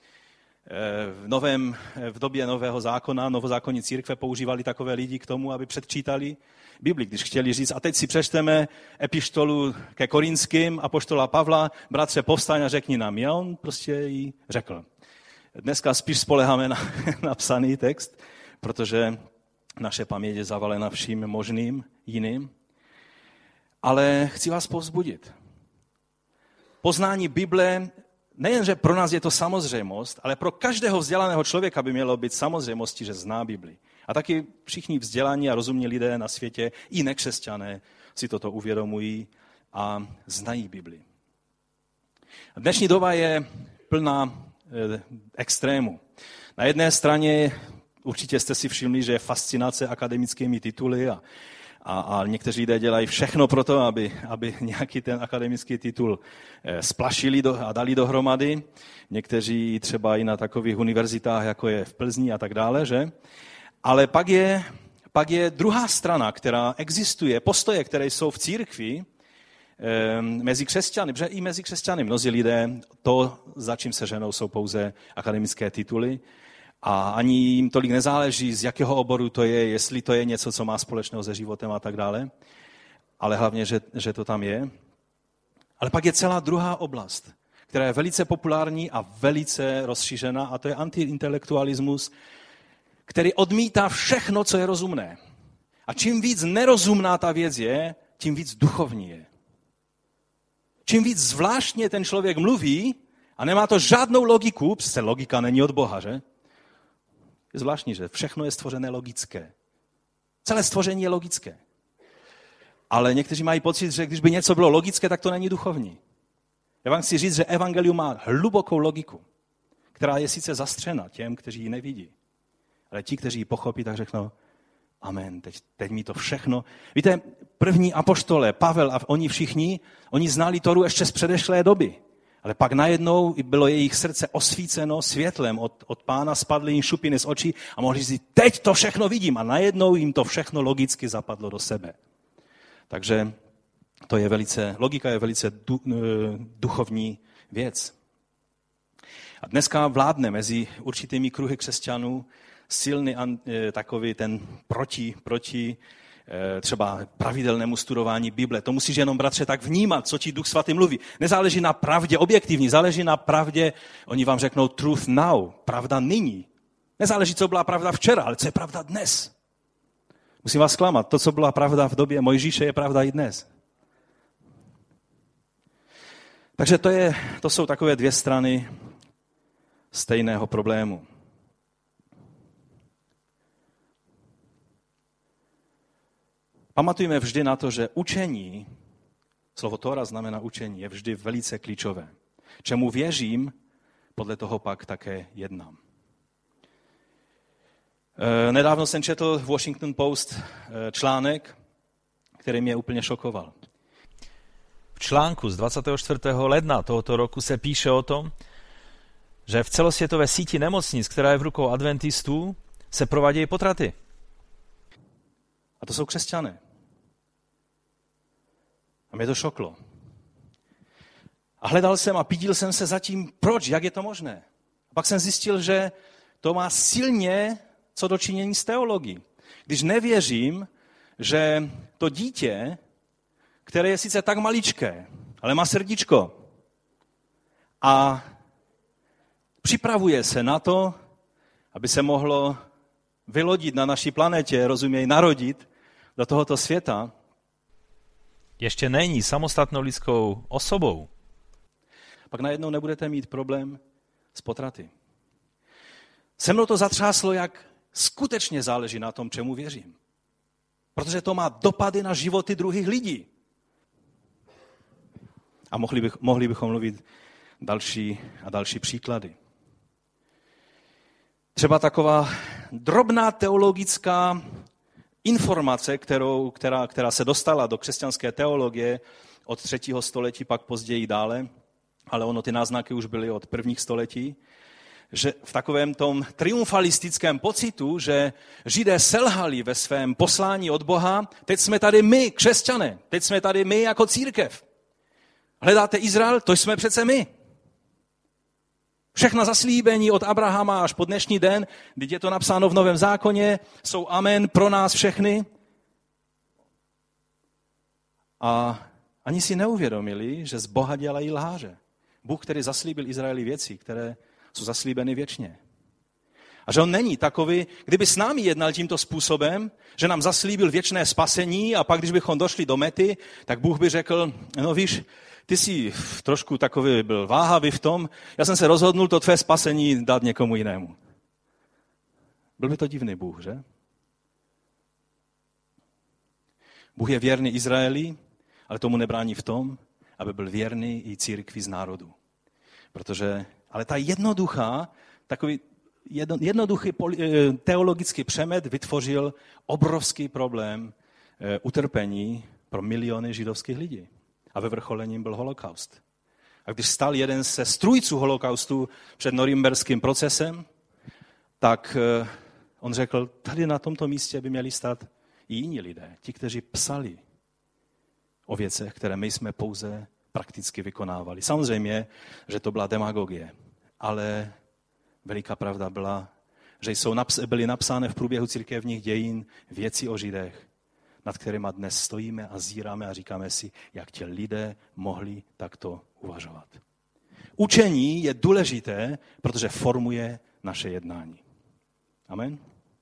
V době Nového zákona, novozákonní církve používali takové lidi k tomu, aby předčítali Bibli. Když chtěli říct, a teď si přečteme epištolu ke Korinským apoštola Pavla, bratře, povstaň a řekni nám. A on prostě ji řekl. Dneska spíš spoleháme na psaný text, protože naše paměť je zavalena vším možným jiným. Ale chci vás povzbudit. Poznání Bible, nejenže pro nás je to samozřejmost, ale pro každého vzdělaného člověka by mělo být samozřejmostí, že zná Bibli. A taky všichni vzdělaní a rozumní lidé na světě, i nekřesťané, si toto uvědomují a znají Bibli. Dnešní doba je plná extrému. Na jedné straně určitě jste si všimli, že je fascinace akademickými tituly a někteří lidé dělají všechno pro to, aby nějaký ten akademický titul splašili a dali dohromady. Někteří třeba i na takových univerzitách, jako je v Plzni a tak dále, že? Ale pak je druhá strana, která existuje, postoje, které jsou v církvi, mezi křesťany, protože i mezi křesťany mnozí lidé to, za čím se ženou, jsou pouze akademické tituly a ani jim tolik nezáleží, z jakého oboru to je, jestli to je něco, co má společného se životem a tak dále, ale hlavně, že to tam je. Ale pak je celá druhá oblast, která je velice populární a velice rozšířená, a to je antiintelektualismus, který odmítá všechno, co je rozumné. A čím víc nerozumná ta věc je, tím víc duchovní je. Čím víc zvláštně ten člověk mluví a nemá to žádnou logiku, přece logika není od Boha, že? Je zvláštní, že všechno je stvořené logické. Celé stvoření je logické. Ale někteří mají pocit, že když by něco bylo logické, tak to není duchovní. Já vám chci říct, že evangelium má hlubokou logiku, která je sice zastřena těm, kteří ji nevidí. Ale ti, kteří ji pochopí, tak řeknou, amen, teď mi to všechno. Víte, první apoštole, Pavel a oni všichni, oni znali Toru ještě z předešlé doby. Ale pak najednou bylo jejich srdce osvíceno světlem od Pána, spadly jim šupiny z očí a mohli říct, teď to všechno vidím. A najednou jim to všechno logicky zapadlo do sebe. Takže logika je velice duchovní věc. A dneska vládne mezi určitými kruhy křesťanů silný takový ten proti třeba pravidelnému studování Bible. To musíš jenom, bratře, tak vnímat, co ti Duch Svatý mluví. Nezáleží na pravdě objektivní, záleží na pravdě, oni vám řeknou truth now, pravda nyní. Nezáleží, co byla pravda včera, ale co je pravda dnes. Musím vás zklamat, to, co byla pravda v době Mojžíše, je pravda i dnes. Takže to jsou takové dvě strany stejného problému. Pamatujme vždy na to, že učení, slovo Tóra znamená učení, je vždy velice klíčové. Čemu věřím, podle toho pak také jednám. Nedávno jsem četl v Washington Post článek, který mě úplně šokoval. V článku z 24. ledna tohoto roku se píše o tom, že v celosvětové síti nemocnic, která je v rukou adventistů, se provádějí potraty. A to jsou křesťané. A mě to šoklo. A hledal jsem a pídil jsem se zatím, proč, jak je to možné. A pak jsem zjistil, že to má silně co do činění s teologií. Když nevěřím, že to dítě, které je sice tak maličké, ale má srdíčko a připravuje se na to, aby se mohlo vylodit na naší planetě, rozuměj, narodit do tohoto světa, ještě není samostatnou lidskou osobou, pak najednou nebudete mít problém s potraty. Se mnou to zatřáslo, jak skutečně záleží na tom, čemu věřím. Protože to má dopady na životy druhých lidí. A mohli bychom mluvit další a další příklady. Třeba taková drobná teologická informace, která se dostala do křesťanské teologie od 3. století, pak později dále, ale ono ty náznaky už byly od 1. století, že v takovém tom triumfalistickém pocitu, že Židé selhali ve svém poslání od Boha, teď jsme tady my, křesťané, teď jsme tady my jako církev. Hledáte Izrael? To jsme přece my. Všechna zaslíbení od Abrahama až po dnešní den, když je to napsáno v Novém zákoně, jsou amen pro nás všechny. A ani si neuvědomili, že z Boha dělají lháře. Bůh, který zaslíbil Izraeli věci, které jsou zaslíbeny věčně. A že on není takový, kdyby s námi jednal tímto způsobem, že nám zaslíbil věčné spasení a pak, když bychom došli do mety, tak Bůh by řekl, no víš, ty jsi trošku takový byl váhavý v tom, já jsem se rozhodnul to tvé spasení dát někomu jinému. Byl by to divný Bůh, že? Bůh je věrný Izraeli, ale tomu nebrání v tom, aby byl věrný i církvi z národu. Ale ta jednoduchá, takový jednoduchý teologický přemet vytvořil obrovský problém utrpení pro miliony židovských lidí. A ve vrcholením byl holokaust. A když stal jeden ze strůjců holokaustu před norimberským procesem, tak on řekl, tady na tomto místě by měli stát i jiní lidé, ti, kteří psali o věcech, které my jsme pouze prakticky vykonávali. Samozřejmě, že to byla demagogie, ale veliká pravda byla, že byly napsány v průběhu církevních dějin věci o Židech, nad kterými dnes stojíme a zíráme a říkáme si, jak ti lidé mohli takto uvažovat. Učení je důležité, protože formuje naše jednání. Amen.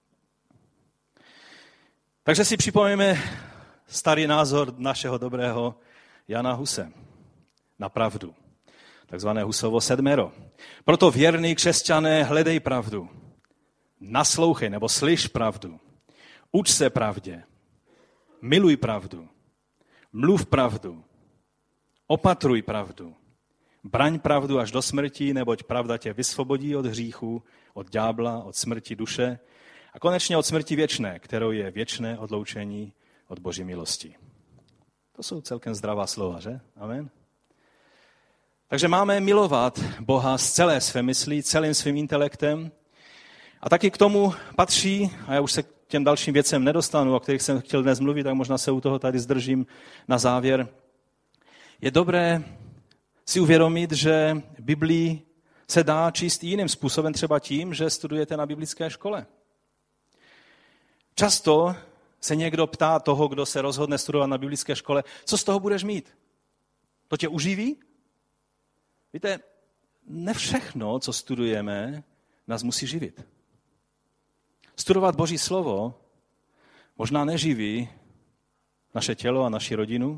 Takže si připomeňme starý názor našeho dobrého Jana Huse na pravdu. Takzvané Husovo sedmero. Proto věrný křesťané, hledej pravdu. Naslouchej nebo slyš pravdu. Uč se pravdě. Miluj pravdu. Mluv pravdu. Opatruj pravdu. Braň pravdu až do smrti, neboť pravda tě vysvobodí od hříchu, od ďábla, od smrti duše a konečně od smrti věčné, kterou je věčné odloučení od Boží milosti. To jsou celkem zdravá slova, že? Amen. Takže máme milovat Boha z celé své mysli, celým svým intelektem. A taky k tomu patří, a já už se k těm dalším věcem nedostanu, o kterých jsem chtěl dnes mluvit, tak možná se u toho tady zdržím na závěr. Je dobré si uvědomit, že Biblii se dá číst jiným způsobem, třeba tím, že studujete na biblické škole. Často se někdo ptá toho, kdo se rozhodne studovat na biblické škole, co z toho budeš mít? To tě uživí? Víte, ne všechno, co studujeme, nás musí živit. Studovat Boží slovo možná neživí naše tělo a naši rodinu,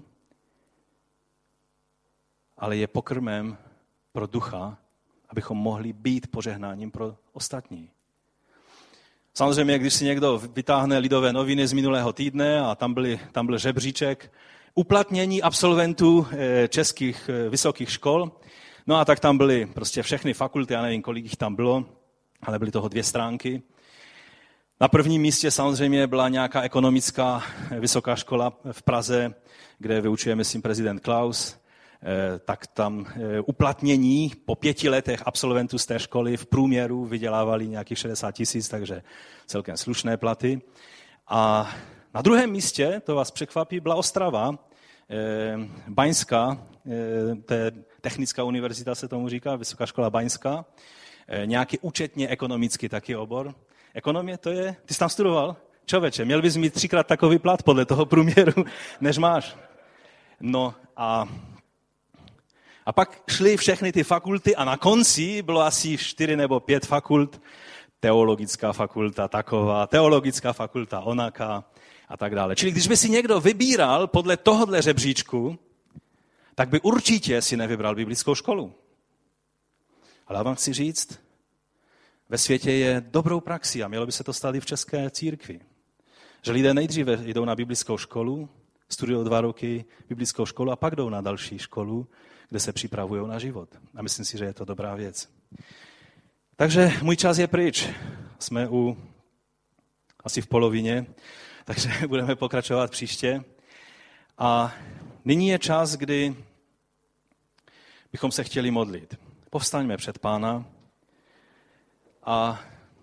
ale je pokrmem pro ducha, abychom mohli být požehnáním pro ostatní. Samozřejmě, když si někdo vytáhne Lidové noviny z minulého týdne a tam byl žebříček uplatnění absolventů českých vysokých škol, no a tak tam byly prostě všechny fakulty, já nevím, kolik jich tam bylo, ale byly toho 2 stránky. Na prvním místě samozřejmě byla nějaká ekonomická vysoká škola v Praze, kde vyučuje, myslím, prezident Klaus. Tak tam uplatnění po 5 letech absolventů z té školy v průměru vydělávali nějakých 60 000, takže celkem slušné platy. A na druhém místě, to vás překvapí, byla Ostrava, Baňská, to je technická univerzita se tomu říká, Vysoká škola Baňská, nějaký účetně ekonomický taky obor. Ekonomie to je, ty jsi tam studoval? Čověče, měl bys mít 3krát takový plat podle toho průměru, než máš. No a pak šly všechny ty fakulty a na konci bylo asi 4 nebo 5 fakult. Teologická fakulta taková, teologická fakulta onaká a tak dále. Čili když by si někdo vybíral podle tohohle žebříčku, tak by určitě si nevybral biblickou školu. Ale já vám chci říct, ve světě je dobrou praxí a mělo by se to stát i v české církvi. Že lidé nejdříve jdou na biblickou školu, studují 2 roky biblickou školu a pak jdou na další školu, kde se připravují na život. A myslím si, že je to dobrá věc. Takže můj čas je pryč. Jsme asi v polovině, takže budeme pokračovat příště. A nyní je čas, kdy bychom se chtěli modlit. Povstaňme před Pána a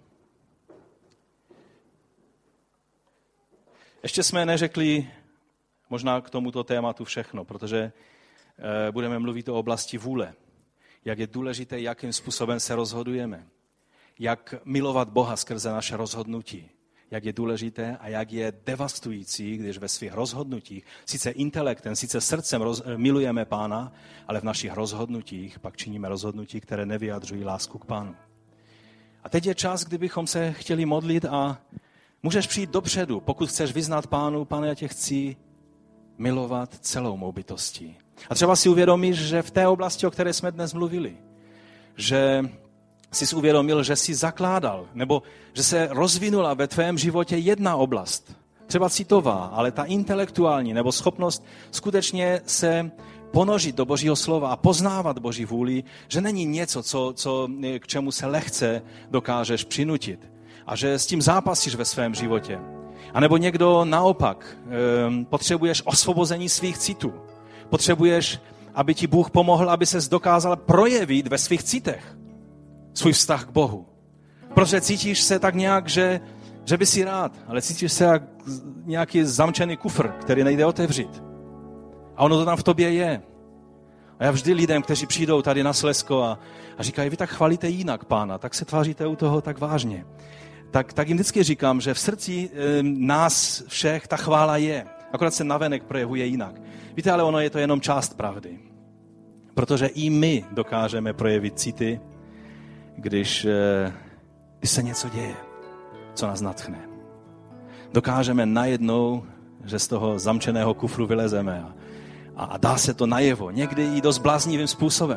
ještě jsme neřekli možná k tomuto tématu všechno, protože budeme mluvit o oblasti vůle. Jak je důležité, jakým způsobem se rozhodujeme. Jak milovat Boha skrze naše rozhodnutí. Jak je důležité a jak je devastující, když ve svých rozhodnutích, sice intelektem, sice srdcem milujeme Pána, ale v našich rozhodnutích pak činíme rozhodnutí, které nevyjadřují lásku k Pánu. A teď je čas, kdybychom se chtěli modlit a můžeš přijít dopředu, pokud chceš vyznat Pánu, Pane, já tě chci milovat celou mou bytostí. A třeba si uvědomíš, že v té oblasti, o které jsme dnes mluvili, že jsi uvědomil, že jsi zakládal, nebo že se rozvinula ve tvém životě jedna oblast, třeba citová, ale ta intelektuální, nebo schopnost skutečně se ponořit do Božího slova a poznávat Boží vůli, že není něco, k čemu se lehce dokážeš přinutit a že s tím zápasíš ve svém životě. A nebo někdo naopak, potřebuješ osvobození svých citů. Potřebuješ, aby ti Bůh pomohl, aby ses dokázal projevit ve svých citech svůj vztah k Bohu. Protože cítíš se tak nějak, že by si rád, ale cítíš se jak nějaký zamčený kufr, který nejde otevřít. A ono to tam v tobě je. A já vždy lidem, kteří přijdou tady na Slezsko a říkají, vy tak chválíte jinak Pána, tak se tváříte u toho tak vážně. Tak jim vždycky říkám, že v srdci nás všech ta chvála je. Akorát se navenek projevuje jinak. Víte, ale ono je to jenom část pravdy. Protože i my dokážeme projevit city, když se něco děje, co nás natchne. Dokážeme najednou, že z toho zamčeného kufru vylezeme a dá se to najevo. Někdy i dost bláznivým způsobem.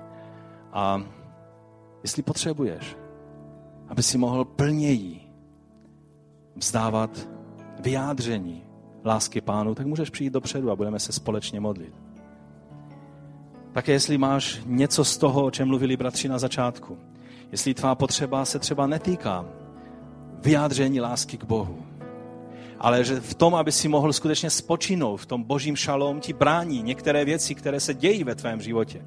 A jestli potřebuješ, aby si mohl plněji vzdávat vyjádření lásky Pánu, tak můžeš přijít dopředu a budeme se společně modlit. Také jestli máš něco z toho, o čem mluvili bratři na začátku, jestli tvá potřeba se třeba netýká vyjádření lásky k Bohu, ale že v tom, aby si mohl skutečně spočinout, v tom Božím šalom ti brání některé věci, které se dějí ve tvém životě.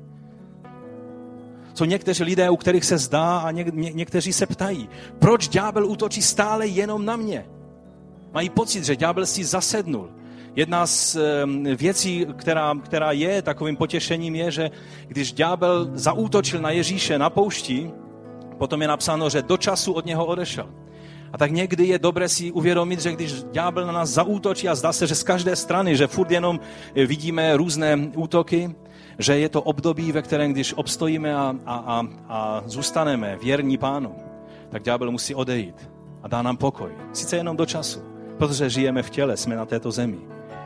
Jsou někteří lidé, u kterých se zdá a někteří se ptají, proč ďábel útočí stále jenom na mě? Mají pocit, že ďábel si zasednul. Jedna z věcí, která je takovým potěšením, je, že když ďábel zaútočil na Ježíše na poušti, potom je napsáno, že do času od něho odešel. A tak někdy je dobré si uvědomit, že když ďábel na nás zaútočí a zdá se, že z každé strany, že furt jenom vidíme různé útoky, že je to období, ve kterém když obstojíme a zůstaneme věrní Pánu, tak ďábel musí odejít a dá nám pokoj. Sice jenom do času, protože žijeme v těle, jsme na této zemi.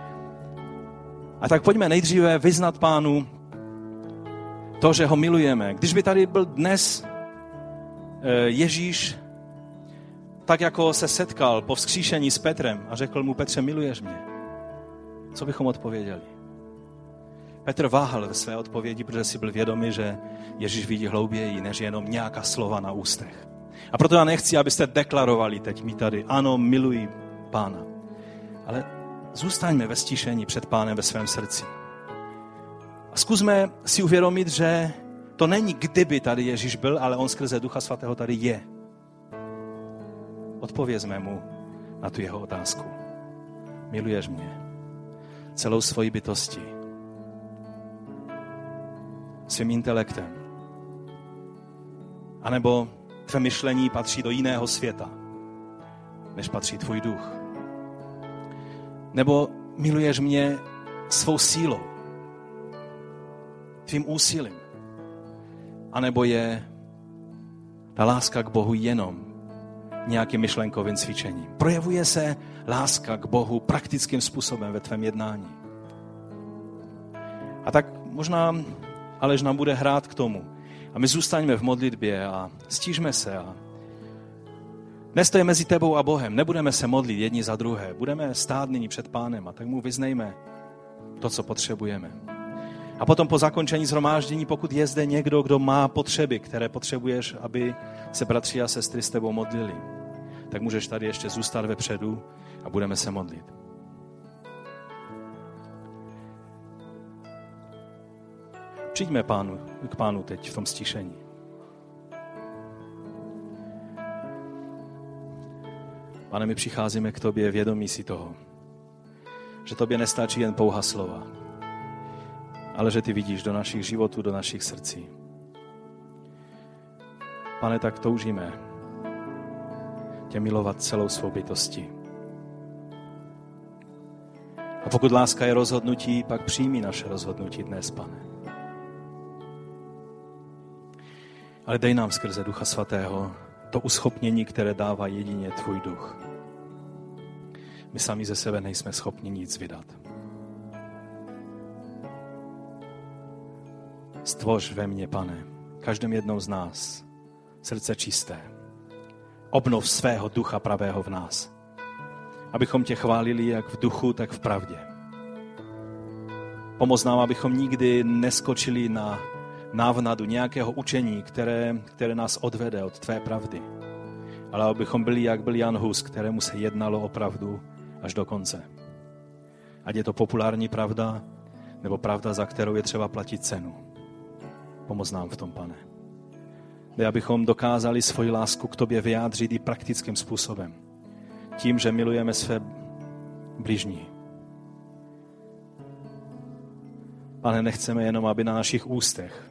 A tak pojďme nejdříve vyznat Pánu to, že ho milujeme. Když by tady byl dnes Ježíš, tak jako se setkal po vzkříšení s Petrem a řekl mu, Petře, miluješ mě? Co bychom odpověděli? Petr váhal ve své odpovědi, protože si byl vědomý, že Ježíš vidí hlouběji, než jenom nějaká slova na ústech. A proto já nechci, abyste deklarovali teď mi tady, ano, miluji Pána. Ale zůstaňme ve stišení před Pánem ve svém srdci. A zkusme si uvědomit, že to není kdyby tady Ježíš byl, ale on skrze Ducha Svatého tady je. Odpovězme mu na tu jeho otázku. Miluješ mě celou svojí bytostí, svým intelektem, anebo tvé myšlení patří do jiného světa, než patří tvůj duch. Nebo miluješ mě svou sílou, tvým úsilím, anebo je ta láska k Bohu jenom nějakým myšlenkovým cvičením. Projevuje se láska k Bohu praktickým způsobem ve tvém jednání. A tak možná Aleš nám bude hrát k tomu. A my zůstaňme v modlitbě a stížme se. Dnes to je mezi tebou a Bohem. Nebudeme se modlit jedni za druhé. Budeme stát nyní před Pánem a tak mu vyznejme to, co potřebujeme. A potom po zakončení shromáždění, pokud je zde někdo, kdo má potřeby, které potřebuješ, aby se bratři a sestry s tebou modlili, tak můžeš tady ještě zůstat vepředu a budeme se modlit. Přijďme k Pánu teď v tom stišení. Pane, my přicházíme k tobě vědomí si toho, že tobě nestačí jen pouhá slova, ale že ty vidíš do našich životů, do našich srdcí. Pane, tak toužíme tě milovat celou svou bytostí. A pokud láska je rozhodnutí, pak přijmi naše rozhodnutí dnes, Pane. Ale dej nám skrze Ducha Svatého to uschopnění, které dává jedině tvůj duch. My sami ze sebe nejsme schopni nic vydat. Stvoř ve mně, Pane, každém jednou z nás srdce čisté. Obnov svého ducha pravého v nás. Abychom tě chválili jak v duchu, tak v pravdě. Pomoz nám, abychom nikdy neskočili na návnadu nějakého učení, které nás odvede od tvé pravdy. Ale abychom byli, jak byl Jan Hus, kterému se jednalo o pravdu až do konce. Ať je to populární pravda, nebo pravda, za kterou je třeba platit cenu. Pomoz nám v tom, Pane. Dej, abychom dokázali svoji lásku k tobě vyjádřit i praktickým způsobem. Tím, že milujeme své bližní. Pane, nechceme jenom, aby na našich ústech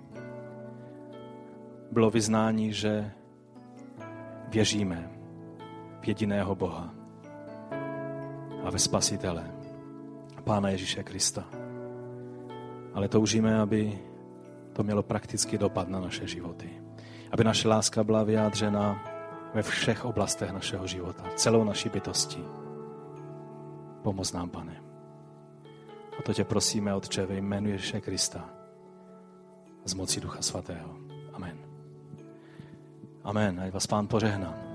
bylo vyznání, že věříme v jediného Boha a ve Spasitele, Pána Ježíše Krista. Ale toužíme, aby to mělo praktický dopad na naše životy. Aby naše láska byla vyjádřena ve všech oblastech našeho života, celou naší bytostí. Pomoz nám, Pane. O to tě prosíme, Otče, ve jménu Ježíše Krista, z moci Ducha Svatého. Amen. Amen. Ať vás Pán požehná.